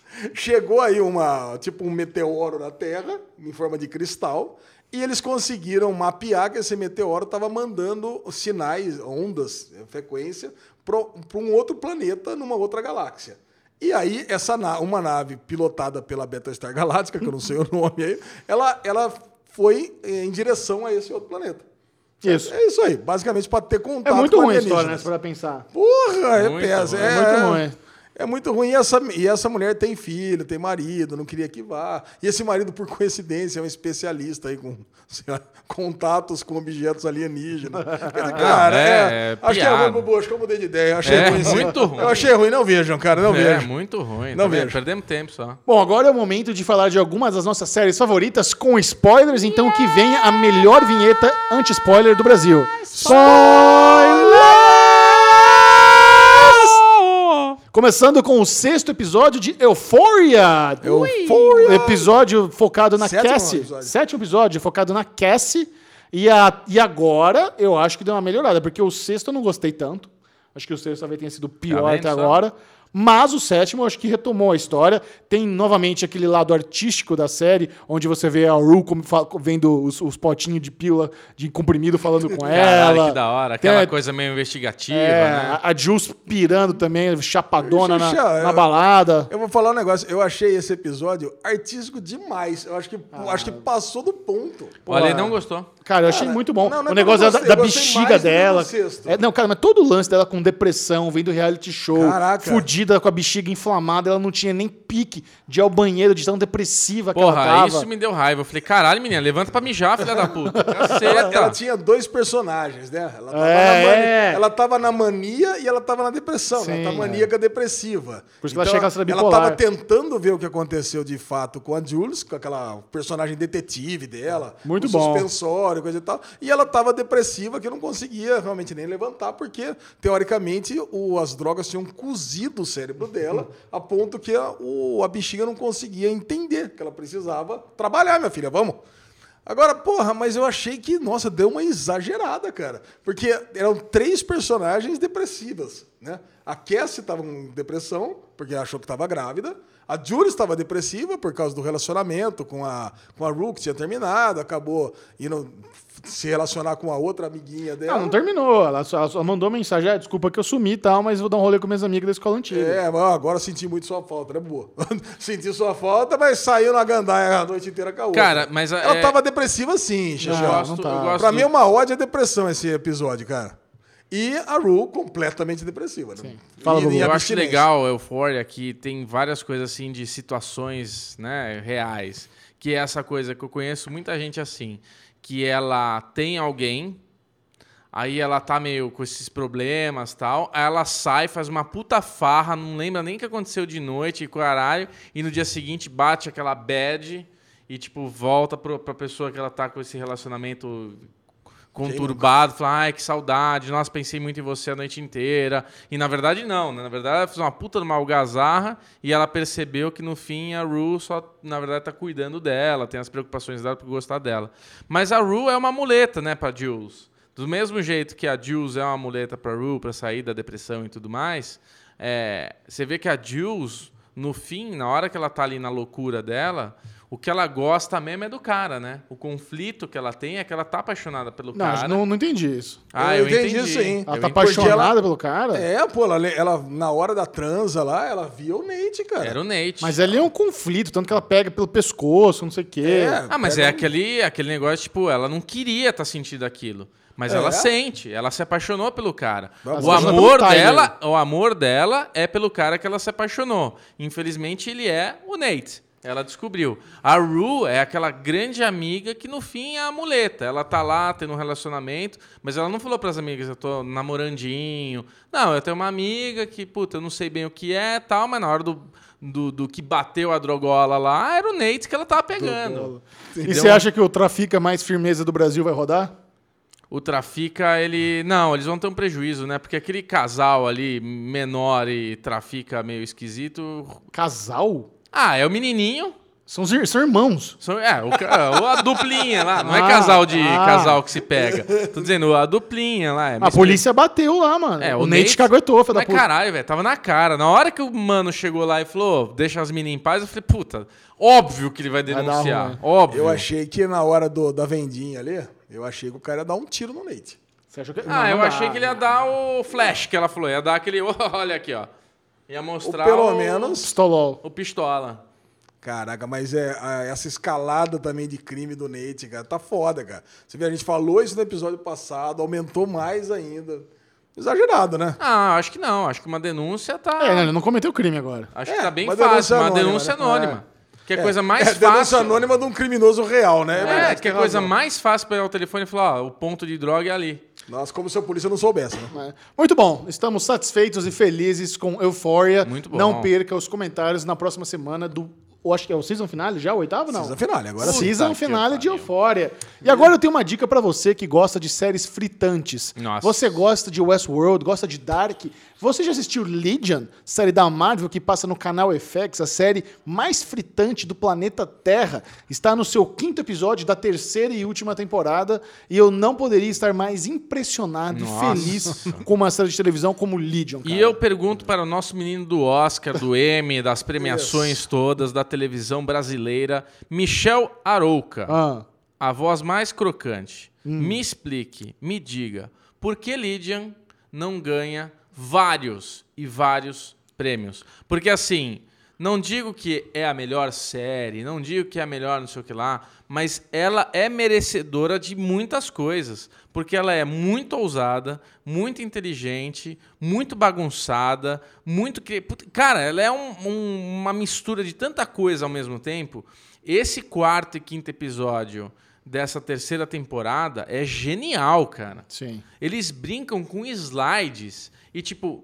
Chegou aí uma, tipo um meteoro na Terra, em forma de cristal, e eles conseguiram mapear que esse meteoro estava mandando sinais, ondas, frequência, para um outro planeta numa outra galáxia. E aí, essa na- uma nave pilotada pela Battlestar Galactica, que eu não sei o nome aí, ela, ela foi em direção a esse outro planeta. Isso. É isso aí, basicamente para ter contato É muito com ruim a história, né? alienígenas. Se for pra pensar. Porra, é Muito péssimo. ruim. É muito ruim. É muito ruim. E essa, e essa mulher tem filho, tem marido, não queria que vá. E esse marido, por coincidência, é um especialista aí com sei lá, contatos com objetos alienígenas. Quer dizer, cara, é, é, é acho que é piada. ruim, Bubu, acho que eu mudei de ideia. Eu achei É, ruim. sim. muito ruim. Eu achei ruim, não vejam, cara, não É, vejam. muito ruim. Não tá vendo? vejo. Perdemos tempo só. Bom, agora é o momento de falar de algumas das nossas séries favoritas com spoilers, então que venha a melhor vinheta anti-spoiler do Brasil. Spoilers! Começando com o sexto episódio de Euphoria. Euphoria! Episódio focado na Sétimo Cassie. episódio. Sétimo episódio focado na Cassie. E, a, e agora eu acho que deu uma melhorada, porque o sexto eu não gostei tanto. Acho que o sexto talvez tenha sido o pior Tá vendo até só? agora. Mas o sétimo eu acho que retomou a história. Tem novamente aquele lado artístico da série, onde você vê a Rue como fa- vendo os, os potinhos de pílula de comprimido falando com Caralho, ela. que da hora. Tem Aquela a- coisa meio investigativa, é, né? a, a Jules pirando também, chapadona na, Xuxa, na eu- balada. Eu vou falar um negócio. Eu achei esse episódio artístico demais. Eu acho que, acho que passou do ponto. O Ale não gostou. Cara, eu achei Cara, muito bom. não, não é o negócio que eu da, não da gostei, eu gostei bexiga mais do que dela. no sexto. É, não, cara, mas todo o lance dela com depressão, vendo reality show, Caraca. fudida com a bexiga inflamada, ela não tinha nem pique de ir ao banheiro, de tão depressiva que ela Porra, tava. isso me deu raiva. Eu falei, caralho, menina, levanta pra mijar, filha da puta. Ela, Caceta. ela tinha dois personagens, né? Ela tava, É, na, mania, é. ela tava na mania e ela tava na depressão. Sim, ela tá maníaca depressiva. Por isso que ela chega a ser ela bipolar. tava tentando ver o que aconteceu de fato com a Jules, com aquela personagem detetive dela. Muito com bom. suspensório, coisa e tal. E ela tava depressiva, que não conseguia realmente nem levantar, porque, teoricamente, o, as drogas tinham cozido o cérebro dela, a ponto que a, o, a bexiga não conseguia entender que ela precisava trabalhar, minha filha, vamos. Agora, porra, mas eu achei que, nossa, deu uma exagerada, cara. Porque eram três personagens depressivas, né? A Cassie estava em depressão, porque achou que estava grávida. A Julie estava depressiva por causa do relacionamento com a, com a Rue, que tinha terminado. Acabou indo se relacionar com a outra amiguinha dela. Não, não terminou. Ela só, ela só mandou mensagem, ah, desculpa que eu sumi e tal, mas vou dar um rolê com minhas amigas da escola antiga. É, mas agora senti muito sua falta, né, boa? Senti sua falta, mas saiu na gandaia a noite inteira com a outra. Cara, mas, Ela é- tava depressiva sim, Eu Xixi. Não, gosto, não tá. eu gosto Pra do- mim é uma ódio à depressão esse episódio, cara. E a Rue completamente depressiva. Né? Fala, e, Bubu. e Eu acho abstinência. legal o Euphoria que tem várias coisas assim de situações, né, reais. Que é essa coisa que eu conheço muita gente assim, que ela tem alguém, aí ela tá meio com esses problemas e tal, aí ela sai, faz uma puta farra, não lembra nem o que aconteceu de noite, caralho, e no dia seguinte bate aquela bad e tipo volta pro, pra pessoa que ela tá com esse relacionamento conturbado, fala, ai, que saudade, nossa, pensei muito em você a noite inteira. E na verdade não, né? Na verdade ela fez uma puta de uma algazarra e ela percebeu que no fim a Rue só, na verdade, tá cuidando dela, tem as preocupações dela por gostar dela. Mas a Rue é uma muleta, né, pra Jules. Do mesmo jeito que a Jules é uma muleta pra Rue, pra sair da depressão e tudo mais, é, você vê que a Jules, no fim, na hora que ela tá ali na loucura dela, o que ela gosta mesmo é do cara, né? O conflito que ela tem é que ela tá apaixonada pelo Não, cara. não, não entendi isso. Ah, Eu eu, entendi entendi. isso, hein? Ela Eu tá entendi. apaixonada pelo cara? É, pô, ela, ela, na hora da transa lá, ela via o Nate, cara. Era o Nate. Mas ali é um conflito, tanto que ela pega pelo pescoço, não sei o quê. É. Ah, mas Pega é um- aquele, aquele negócio, tipo, ela não queria estar sentindo aquilo. Mas É? ela sente, ela se apaixonou pelo cara. Mas O ela já amor pelo Tyler. dela, o amor dela é pelo cara que ela se apaixonou. Infelizmente, ele é o Nate. Ela descobriu. A Rue é aquela grande amiga que, no fim, é a muleta. Ela tá lá tendo um relacionamento, mas ela não falou pras amigas, eu tô namorandinho. Não, eu tenho uma amiga que, puta, eu não sei bem o que é tal, mas na hora do, do, do que bateu a drogola lá, era o Nate que ela tava pegando. E Deu você um- acha que o Trafica Mais Firmeza do Brasil vai rodar? O Trafica, ele... Não, eles vão ter um prejuízo, né? Porque aquele casal ali, menor e Trafica meio esquisito... Casal? Ah, é o menininho, São, os ir- são irmãos. São- É, o, ca- a duplinha lá. Não é Ah, casal de ah. casal que se pega. Tô dizendo, a duplinha lá. é A Miss polícia bateu lá, mano. É, o, o Nate Nate- caguetou, filho da Mas puta. caralho, velho, tava na cara. Na hora que o mano chegou lá e falou, deixa as meninas em paz, eu falei, puta, óbvio que ele vai Vai dar denunciar. ruim. Óbvio. Eu achei que na hora do, da vendinha ali, eu achei que o cara ia dar um tiro no Nate. Você achou que... Ah, Não, eu não dá. achei que ele ia dar o flash que ela falou. Ia dar aquele, olha aqui, ó. Ia mostrar Ou pelo o, menos... Pistolol. o pistola. Caraca, mas é, a- essa escalada também de crime do Nate, cara, tá foda, cara. Você vê, a gente falou isso no episódio passado, aumentou mais ainda. Exagerado, né? Ah, acho que não. Acho que uma denúncia tá... É, não, ele não cometeu crime agora. Acho É, que tá bem uma fácil. denúncia Uma anônima, denúncia né? anônima. Que é, coisa mais é, denúncia fácil... anônima de um criminoso real, né? É, verdade, que é tem coisa razão. mais fácil pegar o telefone e falar, ó, o ponto de droga é ali. Nossa, como se a polícia não soubesse, né? É. Muito bom, estamos satisfeitos e felizes com Euphoria. Muito bom. Não perca os comentários na próxima semana do... Eu acho que é o season finale já, o oitavo, não? Season finale, agora sim. Season Puta que finale de pariu. Euphoria. E agora eu tenho uma dica pra você que gosta de séries fritantes. Nossa. Você gosta de Westworld, gosta de Dark. Você já assistiu Legion, série da Marvel que passa no canal F X, a série mais fritante do planeta Terra? Está no seu quinto episódio da terceira e última temporada e eu não poderia estar mais impressionado Nossa. e feliz com uma série de televisão como Legion, cara. E eu pergunto para o nosso menino do Oscar, do Emmy, das premiações todas, da televisão brasileira, Michel Arouca, Ah, a voz mais crocante. Hum. Me explique, me diga, por que Lydian não ganha vários e vários prêmios? Porque assim, não digo que é a melhor série, não digo que é a melhor não sei o que lá, mas ela é merecedora de muitas coisas, porque ela é muito ousada, muito inteligente, muito bagunçada, muito... cri- Puta, cara, ela é um- um- uma mistura de tanta coisa ao mesmo tempo. Esse quarto e quinto episódio dessa terceira temporada é genial, cara. sim. Eles brincam com slides e, tipo,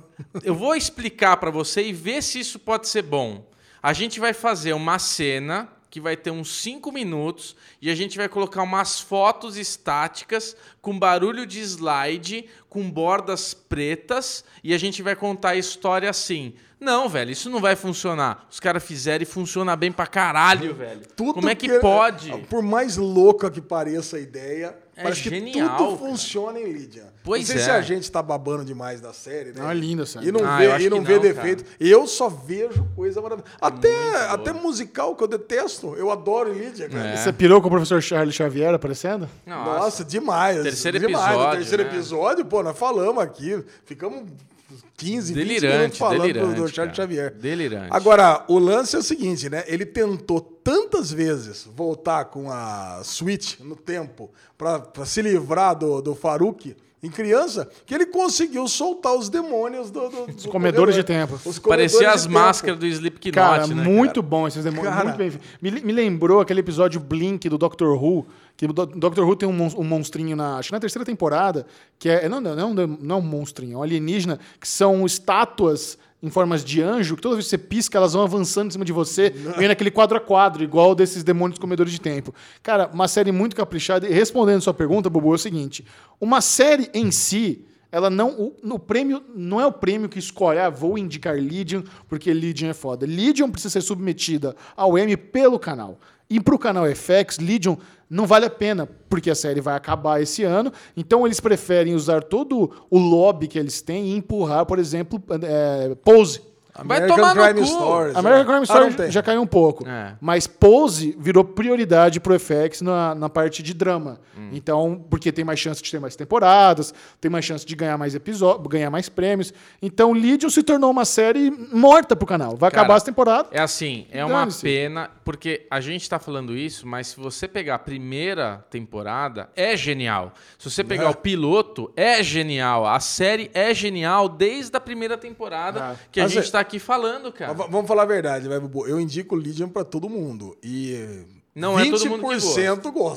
eu vou explicar pra você e ver se isso pode ser bom. A gente vai fazer uma cena que vai ter uns cinco minutos e a gente vai colocar umas fotos estáticas com barulho de slide, com bordas pretas e a gente vai contar a história assim. Não, velho, isso não vai funcionar. Os caras fizeram e funciona bem pra caralho, velho. Tudo Como é que pode? Por mais louca que pareça a ideia, É parece genial, que tudo cara. funciona em Lydian. Pois não sei é. se a gente tá babando demais da série, né? É uma linda série. E não Ah, vê, eu acho e não que vê não, defeito. Eu só vejo coisa maravilhosa. Até, muito até musical que eu detesto, eu adoro em Lydian, cara. É. Você pirou com o professor Charles Xavier aparecendo? Nossa, demais. Terceiro demais. episódio, No terceiro né? episódio, pô, nós falamos aqui. Ficamos quinze, vinte minutos Delirante, falando do- delirante, do Charles cara. Xavier. Delirante. Agora, o lance é o seguinte, né? Ele tentou tantas vezes voltar com a Switch no tempo pra, pra se livrar do, do Farouk em criança, que ele conseguiu soltar os demônios do, do, do comedores corredor. de tempo. Os comedores Parecia de as tempo. máscaras do Slipknot, Cara, né? muito bom esses demônios, Cara. muito bem feito. Me, me lembrou aquele episódio Blink do Doctor Who, que o Do- Doctor Who tem um, mon- um monstrinho na, acho que na terceira temporada, que é, não, não, não, não é um monstrinho, é um alienígena, que são estátuas em formas de anjo, que toda vez que você pisca, elas vão avançando em cima de você, vem naquele quadro a quadro, igual desses demônios comedores de tempo. Cara, uma série muito caprichada. E respondendo sua pergunta, Bubu, é o seguinte, uma série em si, ela não, o, no prêmio, não é o prêmio que escolhe, ah, vou indicar Legion, porque Legion é foda. Legion precisa ser submetida ao Emmy pelo canal. E pro canal F X, Legion não vale a pena, porque a série vai acabar esse ano, então eles preferem usar todo o lobby que eles têm e empurrar, por exemplo, é, Pose. Vai American tomar no Crime cu. Stories. American né? Crime Ah, Story não tem. já caiu um pouco. É. Mas Pose virou prioridade pro F X na, na parte de drama. Hum. Então, porque tem mais chance de ter mais temporadas, tem mais chance de ganhar mais episódios, ganhar mais prêmios. Então, Legion se tornou uma série morta pro canal. Vai Cara, acabar essa temporada. É assim, é uma Dane-se. pena, porque a gente tá falando isso, mas se você pegar a primeira temporada, é genial. Se você pegar É. o piloto, é genial. A série é genial desde a primeira temporada Ah. que a Mas gente é- tá aqui falando, cara. Mas v- vamos falar a verdade, vai, Bubu. Eu indico Legion pra todo mundo. E Não é todo mundo que vinte por cento gosta.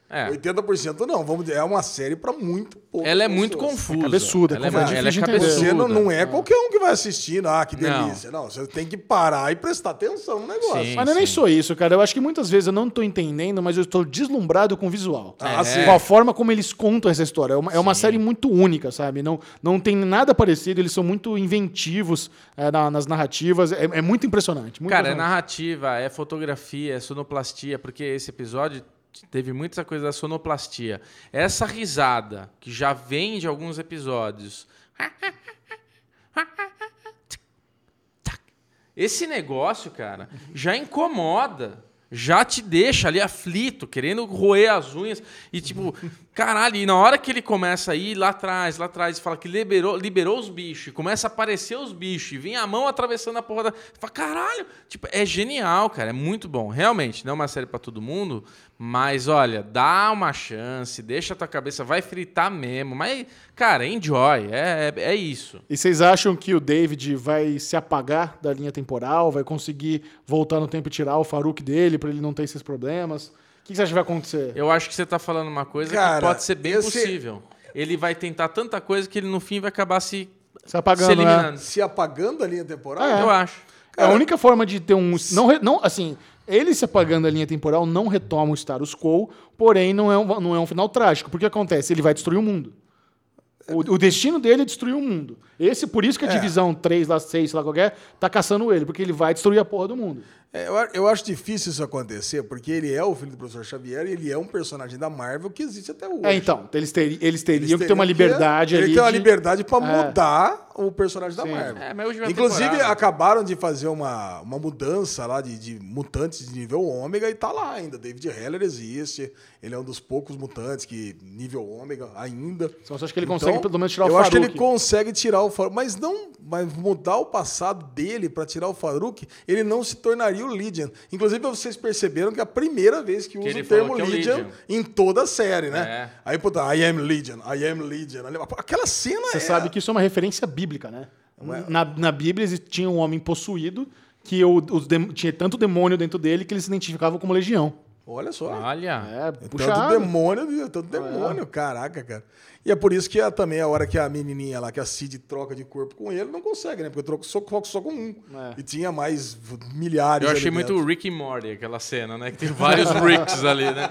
É. oitenta por cento não. Vamos dizer, é uma série pra muito pouco. Ela é muito pessoas. confusa. É cabeçuda, ela é, confusa, ela é difícil de entender. Você cabeçuda. não, não é qualquer um que vai assistir, ah, que Não. delícia. Não, você tem que parar e prestar atenção no negócio. Sim. Mas não é nem só isso, cara. Eu acho que muitas vezes eu não tô entendendo, mas eu estou deslumbrado com o visual. Ah, É. sim. Com a forma como eles contam essa história. É uma, é uma série muito única, sabe? Não, não tem nada parecido, eles são muito inventivos é, na- nas narrativas. É, é muito impressionante. Muito Cara, é impressionante. narrativa, é fotografia, é sonoplastia, porque esse episódio teve muita coisa da sonoplastia. Essa risada, que já vem de alguns episódios. Esse negócio, cara, já incomoda. Já te deixa ali aflito, querendo roer as unhas. E tipo, caralho, e na hora que ele começa a ir lá atrás, lá atrás, e fala que liberou, liberou os bichos, e começa a aparecer os bichos, e vem a mão atravessando a porra da... Fala, caralho, tipo, é genial, cara, é muito bom. Realmente, não é uma série pra todo mundo, mas olha, dá uma chance, deixa a tua cabeça, vai fritar mesmo. Mas, cara, enjoy, é, é, é isso. E vocês acham que o David vai se apagar da linha temporal? Vai conseguir voltar no tempo e tirar o Farouk dele pra ele não ter esses problemas? O que você acha que vai acontecer? Eu acho que você tá falando uma coisa Cara, que pode ser bem esse- possível. Ele vai tentar tanta coisa que ele no fim vai acabar se, Se apagando, se né? eliminando. Se apagando a linha temporal? É. Eu acho. É a única forma de ter um... Não, re- não, assim, ele se apagando a linha temporal não retoma o status quo, porém não é um, não é um final trágico. Porque acontece? Ele vai destruir o mundo. O, o destino dele é destruir o mundo. Esse, por isso que a É. divisão três, lá, seis, sei lá qualquer, tá caçando ele, porque ele vai destruir a porra do mundo. É, eu, a- eu acho difícil isso acontecer, porque ele é o filho do professor Xavier e ele é um personagem da Marvel que existe até hoje. É, então, eles, teri, eles teriam Eles que ter uma teriam liberdade Ele ali. tem uma de- liberdade pra É. mudar o personagem da Sim. Marvel. É, mas hoje vai Inclusive, temporada. acabaram de fazer uma, uma mudança lá de, de mutantes de nível ômega e tá lá ainda. David Heller existe. Ele é um dos poucos mutantes que nível ômega ainda. Então, você acha que ele consegue pelo menos tirar o eu acho que Farouk? ele consegue tirar o Farouk, mas não, mas mudar o passado dele pra tirar o Farouk, ele não se tornaria o Legion. Inclusive, vocês perceberam que é a primeira vez que usa ele o termo falou que é o Legion, Legion. em toda a série, né? É. Aí, puta, I am Legion, I am Legion. Aquela cena Você é... sabe que isso é uma referência bíblica, né? Na, na Bíblia exi- tinha um homem possuído que o, os dem- tinha tanto demônio dentro dele que ele se identificava como legião. Olha só. Olha. É, Tanto puxado. demônio, tanto demônio, caraca, cara. E é por isso que é também a hora que a menininha lá, que a Cid troca de corpo com ele, não consegue, né? Porque eu troco só, só com um. É. E tinha mais milhares. Eu ali achei muito dentro. Rick e Morty, aquela cena, né? Que tem vários Ricks ali, né?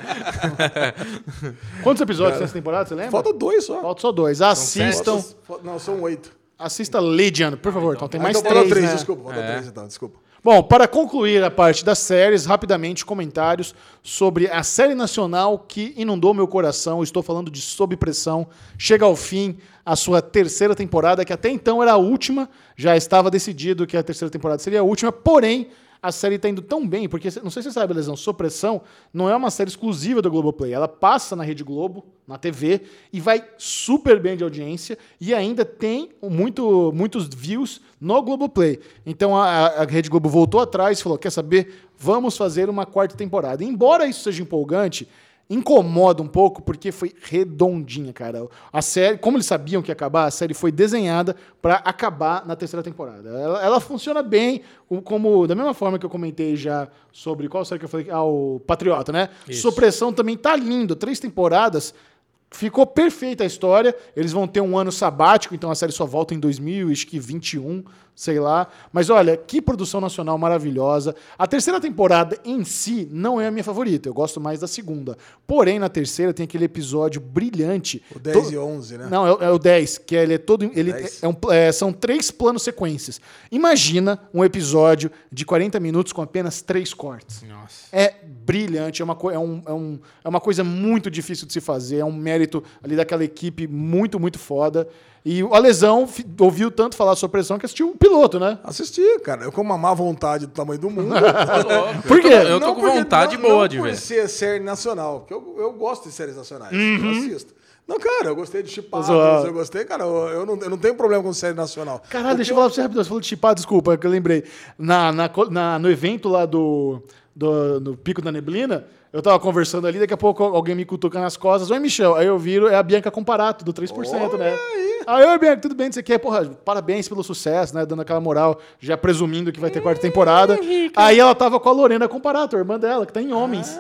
Quantos episódios tem essa temporada, você lembra? Falta dois só. Falta só dois. Assistam. Falta- falta- não, são oito. Assista Legion, por favor. Então tem Ah, mais então falta três, três, né? desculpa. Falta É. três então, desculpa. Bom, para concluir a parte das séries, rapidamente comentários sobre a série nacional que inundou meu coração. Estou falando de Sob Pressão. Chega ao fim a sua terceira temporada, que até então era a última. Já estava decidido que a terceira temporada seria a última, porém a série está indo tão bem, porque, não sei se você sabe, Lesão, Sob Pressão não é uma série exclusiva da Globoplay. Ela passa na Rede Globo, na T V, e vai super bem de audiência, e ainda tem muito, muitos views no Globoplay. Então a, a Rede Globo voltou atrás e falou, quer saber, vamos fazer uma quarta temporada. Embora isso seja empolgante, incomoda um pouco porque foi redondinha, cara. A série, como eles sabiam que ia acabar, a série foi desenhada para acabar na terceira temporada. Ela, ela funciona bem, como- como da mesma forma que eu comentei já sobre qual série que eu falei, ah, o Patriota, né? Isso. Supressão também tá lindo, três temporadas. Ficou perfeita a história. Eles vão ter um ano sabático, então a série só volta em dois mil e vinte e um, sei lá. Mas olha, que produção nacional maravilhosa. A terceira temporada em si não é a minha favorita. Eu gosto mais da segunda. Porém, na terceira tem aquele episódio brilhante. O dez To- e onze, né? Não, é, o- é o dez, que ele é todo. Ele dez. é um- é, são três planos sequências. Imagina um episódio de quarenta minutos com apenas três cortes. Nossa. É brilhante, é uma, co- é, um, é, um, é uma coisa muito difícil de se fazer, é um mérito ali daquela equipe muito, muito foda. E o Alesão fi- ouviu tanto falar sobre pressão que assistiu o piloto, né? Assisti, cara. Eu com uma má vontade do tamanho do mundo. Por quê? Eu tô Não com porque- vontade não- boa não de por ver. ser série nacional, porque eu, eu gosto de séries nacionais. Uhum. Eu assisto. Não, cara, eu gostei de Chipados, Zoado. eu gostei, cara, eu, eu, não, eu não tenho problema com série nacional. Caralho, deixa eu falar pra você rapidão. Você falou de chipar, desculpa, que eu lembrei. Na, na, co- na- no evento lá do, do no Pico da Neblina, eu tava conversando ali, daqui a pouco alguém me cutuca nas costas. Oi, Michel. Aí eu viro, é a Bianca Comparato, do três por cento, Olha né? aí. Aí, oi, Bianca, tudo bem? Você quer? Porra, parabéns pelo sucesso, né? Dando aquela moral, já presumindo que vai ter quarta temporada. Aí ela tava com a Lorena Comparato, a irmã dela, que tá em Homens.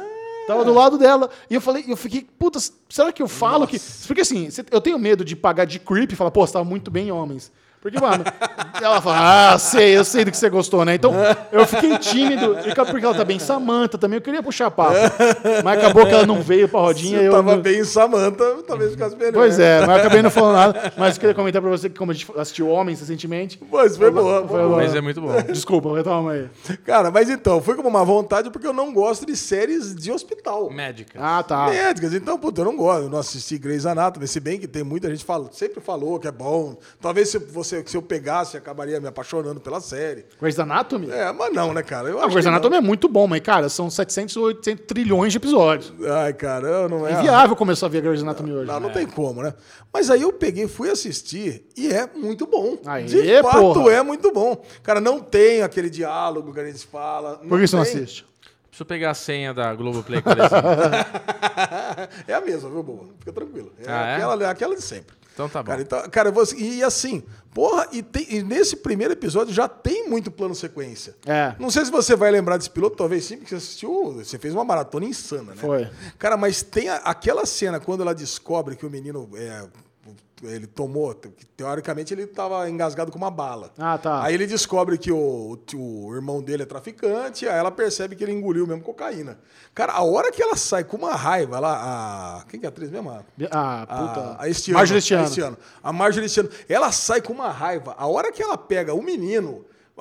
Tava do lado dela. E eu falei, eu fiquei, puta, será que eu falo Nossa. que... Porque assim, eu tenho medo de pagar de creep e falar, pô, você tava muito bem, homens. Porque, mano, ela fala, ah, sei, eu sei do que você gostou, né? Então, eu fiquei tímido, porque ela tá bem Samantha também, eu queria puxar papo. Mas acabou que ela não veio pra rodinha. Se eu tava não... bem Samantha, talvez ficasse melhor. Pois é, mas eu acabei não falando nada. Mas eu queria comentar pra você que, como a gente assistiu Homens recentemente... Pois, foi boa. Foi boa. Mas é muito bom. Desculpa, retoma aí. Cara, mas então, foi com uma vontade porque eu não gosto de séries de hospital. Médica. Ah, tá. Médicas, então, puta, eu não gosto, eu não assisti Grey's Anatomy, se bem que tem muita gente fala, sempre falou que é bom. Talvez se, você, se eu pegasse, acabaria me apaixonando pela série. Grey's Anatomy? É, mas não, né, cara? Eu Ah, Grey's Anatomy é muito bom, mas, cara, são setecentos ou oitocentos trilhões de episódios. Ai, cara, eu não é. É inviável começar a ver Grey's Anatomy hoje. Não, não É. tem como, né? Mas aí eu peguei, fui assistir e é muito bom. Aê, de fato, porra. é muito bom. Cara, não tem aquele diálogo que a gente fala. Por que você não tem. assiste? Preciso pegar a senha da Globoplay, por exemplo. É a mesma, viu, boa? Fica tranquilo. É, Ah, é? aquela, aquela de sempre. Então tá bom. Cara, então, cara você, e assim, porra, e, tem, e nesse primeiro episódio já tem muito plano sequência. É. Não sei se você vai lembrar desse piloto, talvez sim, porque você assistiu, você fez uma maratona insana, né? Foi. Cara, mas tem a- aquela cena quando ela descobre que o menino é, ele tomou, que teoricamente ele estava engasgado com uma bala. Ah, tá. Aí ele descobre que o, o irmão dele é traficante, aí ela percebe que ele engoliu mesmo cocaína. Cara, a hora que ela sai com uma raiva lá, a... Quem que é a atriz mesmo? A- Ah, puta. a, a este ano, Marjorie este a ano. este ano. A Marjorie este ano. Ela sai com uma raiva. A hora que ela pega o menino...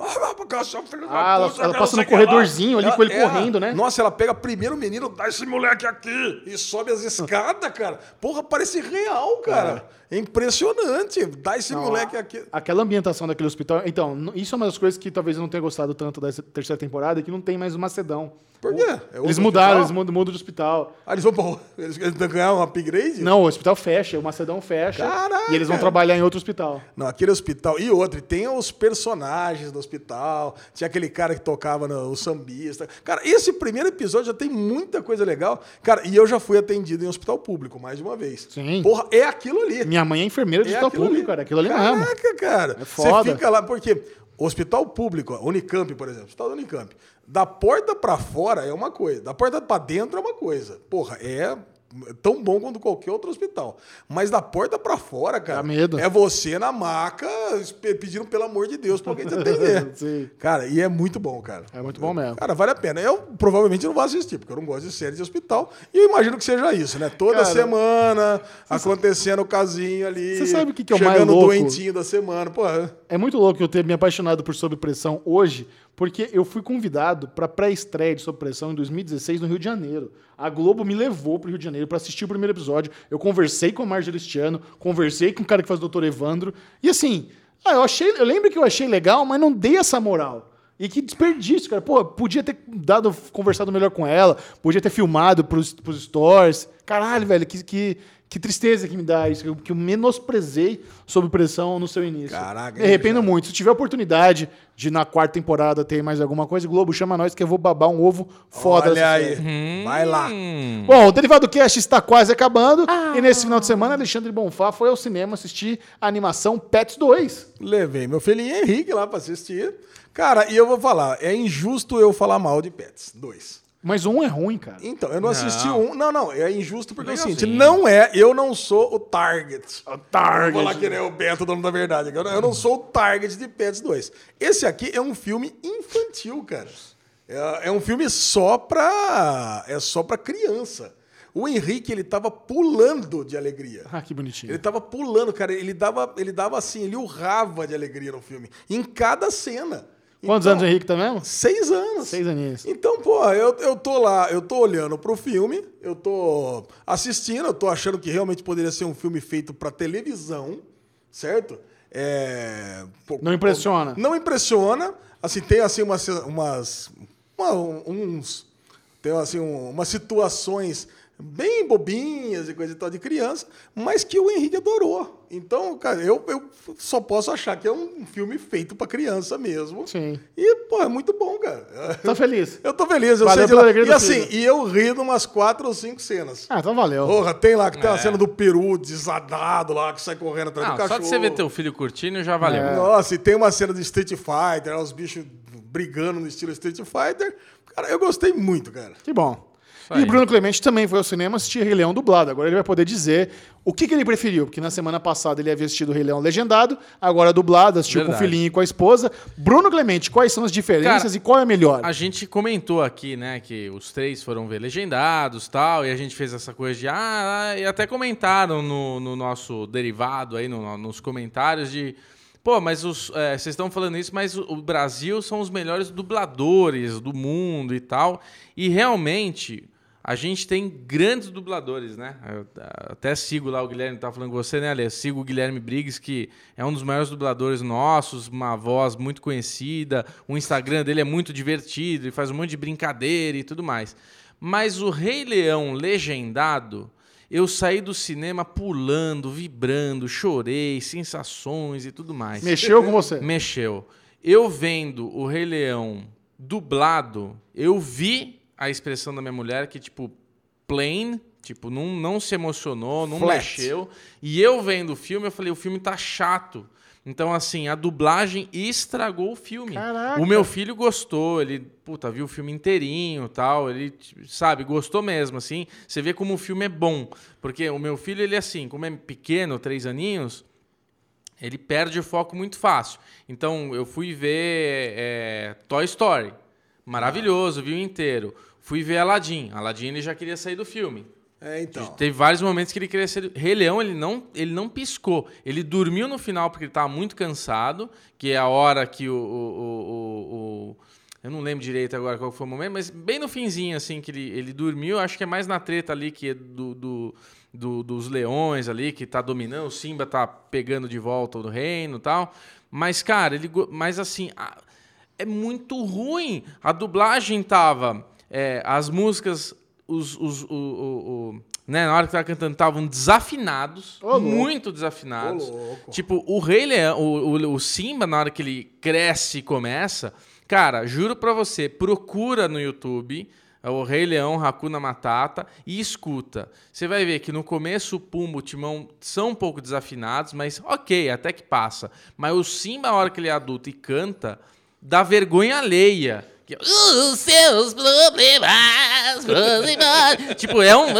Ah, ela- ela passa no corredorzinho ali com ele correndo, né? Nossa, ela pega primeiro o menino, dá esse moleque aqui e sobe as escadas, cara. Porra, parece real, cara. É impressionante. Dá esse Não, moleque a- aqui. Aquela ambientação daquele hospital. Então, n- isso é uma das coisas que talvez eu não tenha gostado tanto dessa terceira temporada, é que não tem mais o Macedão. Por quê? É Eles outro mudaram, hospital? eles mudam, mudam de hospital. Ah, eles vão pra... Eles eles vão ganhar um upgrade? Não, o hospital fecha, o Macedão fecha. Caraca! E eles vão trabalhar em outro hospital. Não, aquele hospital. E outro, e tem os personagens do hospital. Tinha aquele cara que tocava no o sambista. Cara, esse primeiro episódio já tem muita coisa legal. Cara, e eu já fui atendido em hospital público mais de uma vez. Sim. Porra, é aquilo ali. Minha mãe é enfermeira de É hospital aquilo público, ali. cara. Aquilo ali mesmo. Caraca, cara. É foda. Você fica lá, porque hospital público, ó, Unicamp, por exemplo, hospital da Unicamp, da porta pra fora é uma coisa, da porta pra dentro é uma coisa. Porra, é tão bom quanto qualquer outro hospital. Mas da porta pra fora, cara, Dá medo. é você na maca pedindo pelo amor de Deus pra alguém te atender. Sim. Cara, e é muito bom, cara. É muito bom mesmo. Cara, vale a pena. Eu provavelmente não vou assistir, porque eu não gosto de série de hospital. E eu imagino que seja isso, né? Toda Cara, semana acontecendo o casinho ali. Você sabe o que que é o mais chegando louco? doentinho da semana. Pô, É muito louco eu ter me apaixonado por Sob Pressão hoje, porque eu fui convidado para pré-estreia de Sob Pressão em dois mil e dezesseis no Rio de Janeiro. A Globo me levou pro Rio de Janeiro para assistir o primeiro episódio. Eu conversei com a Marjorie este ano, conversei com o cara que faz o doutor Evandro. E assim, ah, eu achei, eu lembro que eu achei legal, mas não dei essa moral. E que desperdício, cara. Pô, podia ter dado, conversado melhor com ela, podia ter filmado pros, pros stories. Caralho, velho, que, que, que tristeza que me dá isso, que eu, que eu menosprezei Sob Pressão no seu início. Caraca, Me arrependo já. muito. Se tiver oportunidade de na quarta temporada ter mais alguma coisa, Globo, chama nós que eu vou babar um ovo foda. olha dessa aí. série. Vai lá. Hum. Bom, o Derivado Cast está quase acabando. E nesse final de semana, Alexandre Bonfá foi ao cinema assistir a animação Pets dois. Levei meu filhinho Henrique lá pra assistir. Cara, e eu vou falar, é injusto eu falar mal de Pets dois. Mas um é ruim, cara. Então, eu não, Não. assisti um. Não, não, é injusto porque é o seguinte, Legalzinho. não é, eu não sou o target. O target. Vou falar que nem o Beto, dono da verdade. Eu não, eu não sou o target de Pets dois. Esse aqui é um filme infantil, cara. É, é um filme só pra, é só pra criança. O Henrique, ele tava pulando de alegria. Ah, que bonitinho. Ele tava pulando, cara. Ele dava, ele dava assim, ele urrava de alegria no filme. Em cada cena. Quantos Então, anos o Henrique tá mesmo? Seis anos. Seis aninhos. Então, pô, eu, eu tô lá, eu tô olhando pro filme, eu tô assistindo, eu tô achando que realmente poderia ser um filme feito pra televisão, certo? É, pô, Não impressiona. Não impressiona. Assim, tem assim umas, umas uma- uns, tem assim um- umas situações bem bobinhas e coisa e tal de criança, mas que o Henrique adorou. Então, cara, eu, eu só posso achar que é um filme feito pra criança mesmo. Sim. E, pô, é muito bom, cara. Tá feliz? Eu tô feliz, eu Valeu sei de pela lá. alegria E do assim, filho. e eu ri de umas quatro ou cinco cenas. Ah, então valeu. Porra, tem lá que tem É. a cena do peru desadado lá, que sai correndo atrás Não, do só cachorro. de você ver teu filho curtindo já valeu. É. Nossa, e tem uma cena de Street Fighter, os bichos brigando no estilo Street Fighter. Cara, eu gostei muito, cara. Que bom. E o Bruno Clemente também foi ao cinema assistir Rei Leão dublado. Agora ele vai poder dizer o que, que ele preferiu. Porque na semana passada ele havia assistido o Rei Leão legendado, agora dublado, assistiu Verdade. com o filhinho e com a esposa. Bruno Clemente, quais são as diferenças Cara, e qual é a melhor? A gente comentou aqui, né, que os três foram ver legendados e tal, e a gente fez essa coisa de... Ah, e até comentaram no, no nosso derivado aí, no, nos comentários de... Pô, mas os, é, vocês estão falando isso, mas o, o Brasil são os melhores dubladores do mundo e tal. E realmente... A gente tem grandes dubladores, né? Eu até sigo lá o Guilherme, tá falando com você, né, Ale? Eu sigo o Guilherme Briggs, que é um dos maiores dubladores nossos, uma voz muito conhecida, o Instagram dele é muito divertido, ele faz um monte de brincadeira e tudo mais. Mas o Rei Leão legendado, eu saí do cinema pulando, vibrando, chorei, sensações e tudo mais. Mexeu com você? Mexeu. Eu vendo o Rei Leão dublado, eu vi... a expressão da minha mulher que, tipo, plain, tipo, não, não se emocionou, não Flat. mexeu. E eu vendo o filme, eu falei, o filme tá chato. Então, assim, a dublagem estragou o filme. Caraca. O meu filho gostou, ele, puta, viu o filme inteirinho e tal, ele, sabe, gostou mesmo, assim. Você vê como o filme é bom. Porque o meu filho, ele, assim, como é pequeno, três aninhos, ele perde o foco muito fácil. Então, eu fui ver é, Toy Story. Maravilhoso, viu inteiro. Fui ver Aladdin. Aladdin ele já queria sair do filme. É, então. Teve vários momentos que ele queria sair do... Rei Leão, ele não, ele não piscou. Ele dormiu no final porque ele estava muito cansado, que é a hora que o, o, o, o... Eu não lembro direito agora qual foi o momento, mas bem no finzinho, assim, que ele, ele dormiu. Acho que é mais na treta ali que é do, do, do, dos leões ali, que tá dominando. O Simba tá pegando de volta o reino e tal. Mas, cara, ele... Mas, assim... A... É muito ruim. A dublagem tava... É, as músicas... Os, os, o, o, o, né, na hora que tava cantando, estavam desafinados. Ô, muito desafinados. Ô, tipo, o Rei Leão... O, o, o Simba, na hora que ele cresce e começa... Cara, juro pra você, procura no YouTube... O Rei Leão, Hakuna Matata, e escuta. Você vai ver que no começo o Pumba, o Timão são um pouco desafinados, mas ok, até que passa. Mas o Simba, na hora que ele é adulto e canta... da vergonha alheia. Os seus problemas, problemas. Tipo, é um...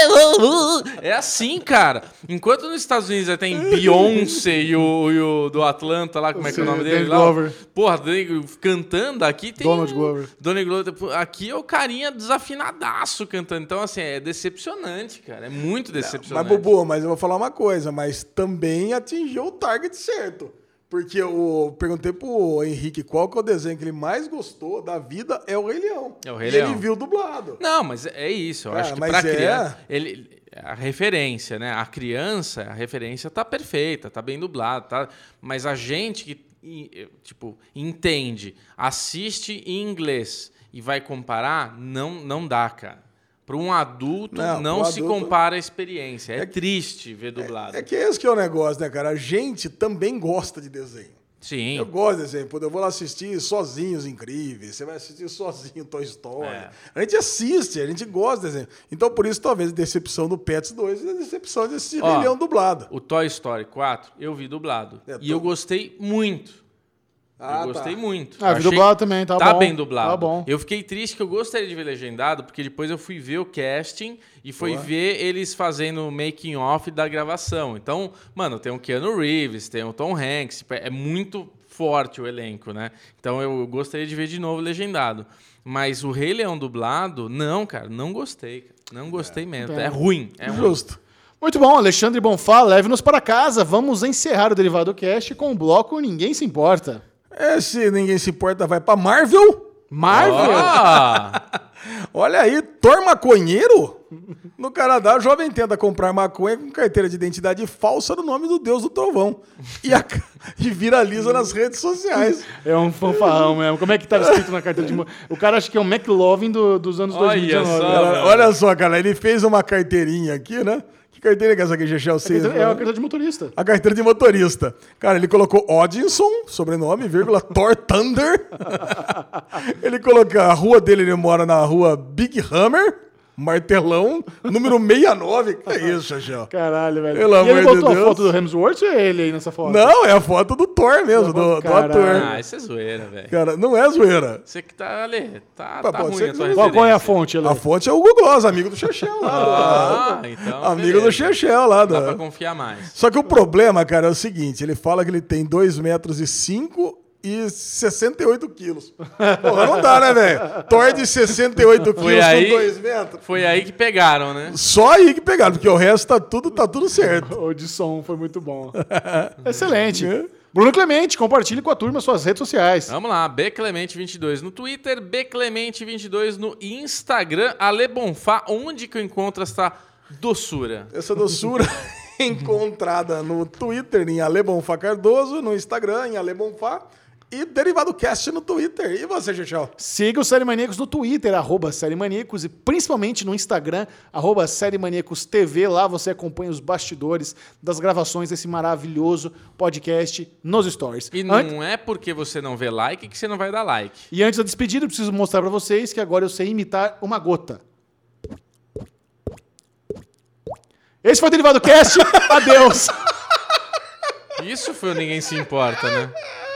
É assim, cara. Enquanto nos Estados Unidos tem Beyoncé e o, e o do Atlanta lá, como é que é o nome dele? Lá? Glover. Porra, cantando, aqui tem... Donald Glover. Donald Glover. Aqui é o carinha desafinadaço cantando. Então, assim, é decepcionante, cara. É muito decepcionante. Mas, Bubu, mas eu vou falar uma coisa, mas também atingiu o target certo. Porque eu perguntei pro Henrique qual que é o desenho que ele mais gostou da vida, é o Rei Leão. É o Rei e Leão. ele viu dublado. Não, mas é isso. Eu Cara, acho que mas pra é... criança... Ele, a referência, né? A criança, a referência tá perfeita, tá bem dublada, tá? Mas a gente que, tipo, entende, assiste em inglês e vai comparar, não, não dá, cara. Para um adulto, não, não se adulto... compara a experiência. É, é triste ver dublado. É, é que esse que é o negócio, né, cara? A gente também gosta de desenho. Sim. Eu gosto de desenho. Eu vou lá assistir Sozinhos Incríveis. Você vai assistir sozinho Toy Story. É. A gente assiste, a gente gosta de desenho. Então, por isso, talvez, a decepção do Pets dois e a decepção de assistir Rei Leão dublado. O Toy Story quatro, eu vi dublado. É, e tô... eu gostei muito. Ah, eu gostei tá. muito. Ah, vi dublado também, tá, tá bom. bem dublado. Tá bom. Eu fiquei triste que eu gostaria de ver legendado, porque depois eu fui ver o casting e fui Boa. ver eles fazendo o making off da gravação. Então, mano, tem o Keanu Reeves, tem o Tom Hanks, é muito forte o elenco, né? Então eu gostaria de ver de novo legendado. Mas o Rei Leão dublado, não, cara, não gostei. Cara. Não gostei é. mesmo. É, é ruim. É Justo. Ruim. Muito bom, Alexandre Bonfá, leve-nos para casa. Vamos encerrar o Derivado Cast com o bloco Ninguém Se Importa. Esse Ninguém Se Importa vai pra Marvel. Marvel? Ah! Olha aí, Thor maconheiro? No Canadá, o jovem tenta comprar maconha com carteira de identidade falsa no nome do Deus do Trovão. E, a, e viraliza nas redes sociais. É um fanfarrão mesmo. Como é que estava escrito na carteira de... O cara acha que é o McLovin do, dos anos dois mil e dezenove. Olha só, cara, olha só, cara, ele fez uma carteirinha aqui, né? Que carteira que é essa aqui, G G? É a carteira de motorista. A carteira de motorista. Cara, ele colocou Odinson, sobrenome, vírgula, Thor Thunder. Ele colocou a rua dele, ele mora na rua Big Hammer, martelão, número sessenta e nove. Que é isso, Chechel? Caralho, velho. Pelo e amor ele de botou Deus. a foto do Hemsworth ou é ele aí nessa foto? Não, é a foto do Thor mesmo, do, do Caralho. ator. Ah, isso é zoeira, velho. Cara, não é zoeira. Você que tá ali, tá, Pá, tá pode ruim ser a que tua você- Qual, qual é a referência. fonte, Ale? A fonte é o Google Gloss, amigo do Chechel lá. Ah, então amigo beleza. do Chechel lá. Dá Da... pra confiar mais. Só que o problema, cara, é o seguinte, ele fala que ele tem dois metros e cinco e sessenta e oito quilos. Porra, não dá, né, velho? Thor de sessenta e oito Foi quilos aí- com dois metros. Foi aí que pegaram, né? Só aí que pegaram, porque o resto tá tudo, tá tudo certo. O de som foi muito bom. Excelente. Bruno Clemente, compartilhe com a turma suas redes sociais. Vamos lá, B Clemente vinte e dois no Twitter, B Clemente vinte e dois no Instagram, Ale Bonfá, onde que eu encontro essa doçura? Essa doçura encontrada no Twitter em Ale Bonfá Cardoso, no Instagram em Ale Bonfá e Derivado Cast no Twitter. E você, Chechel? Siga o Série Maníacos no Twitter, arroba Série Maníacos, e principalmente no Instagram, arroba Série Maníacos T V. Lá você acompanha os bastidores das gravações desse maravilhoso podcast nos stories. E não Ant- é porque você não vê like que você não vai dar like. E antes da despedida, eu preciso mostrar pra vocês que agora eu sei imitar uma gota. Esse foi o Derivado Cast. Adeus. Isso foi o Ninguém Se Importa, né?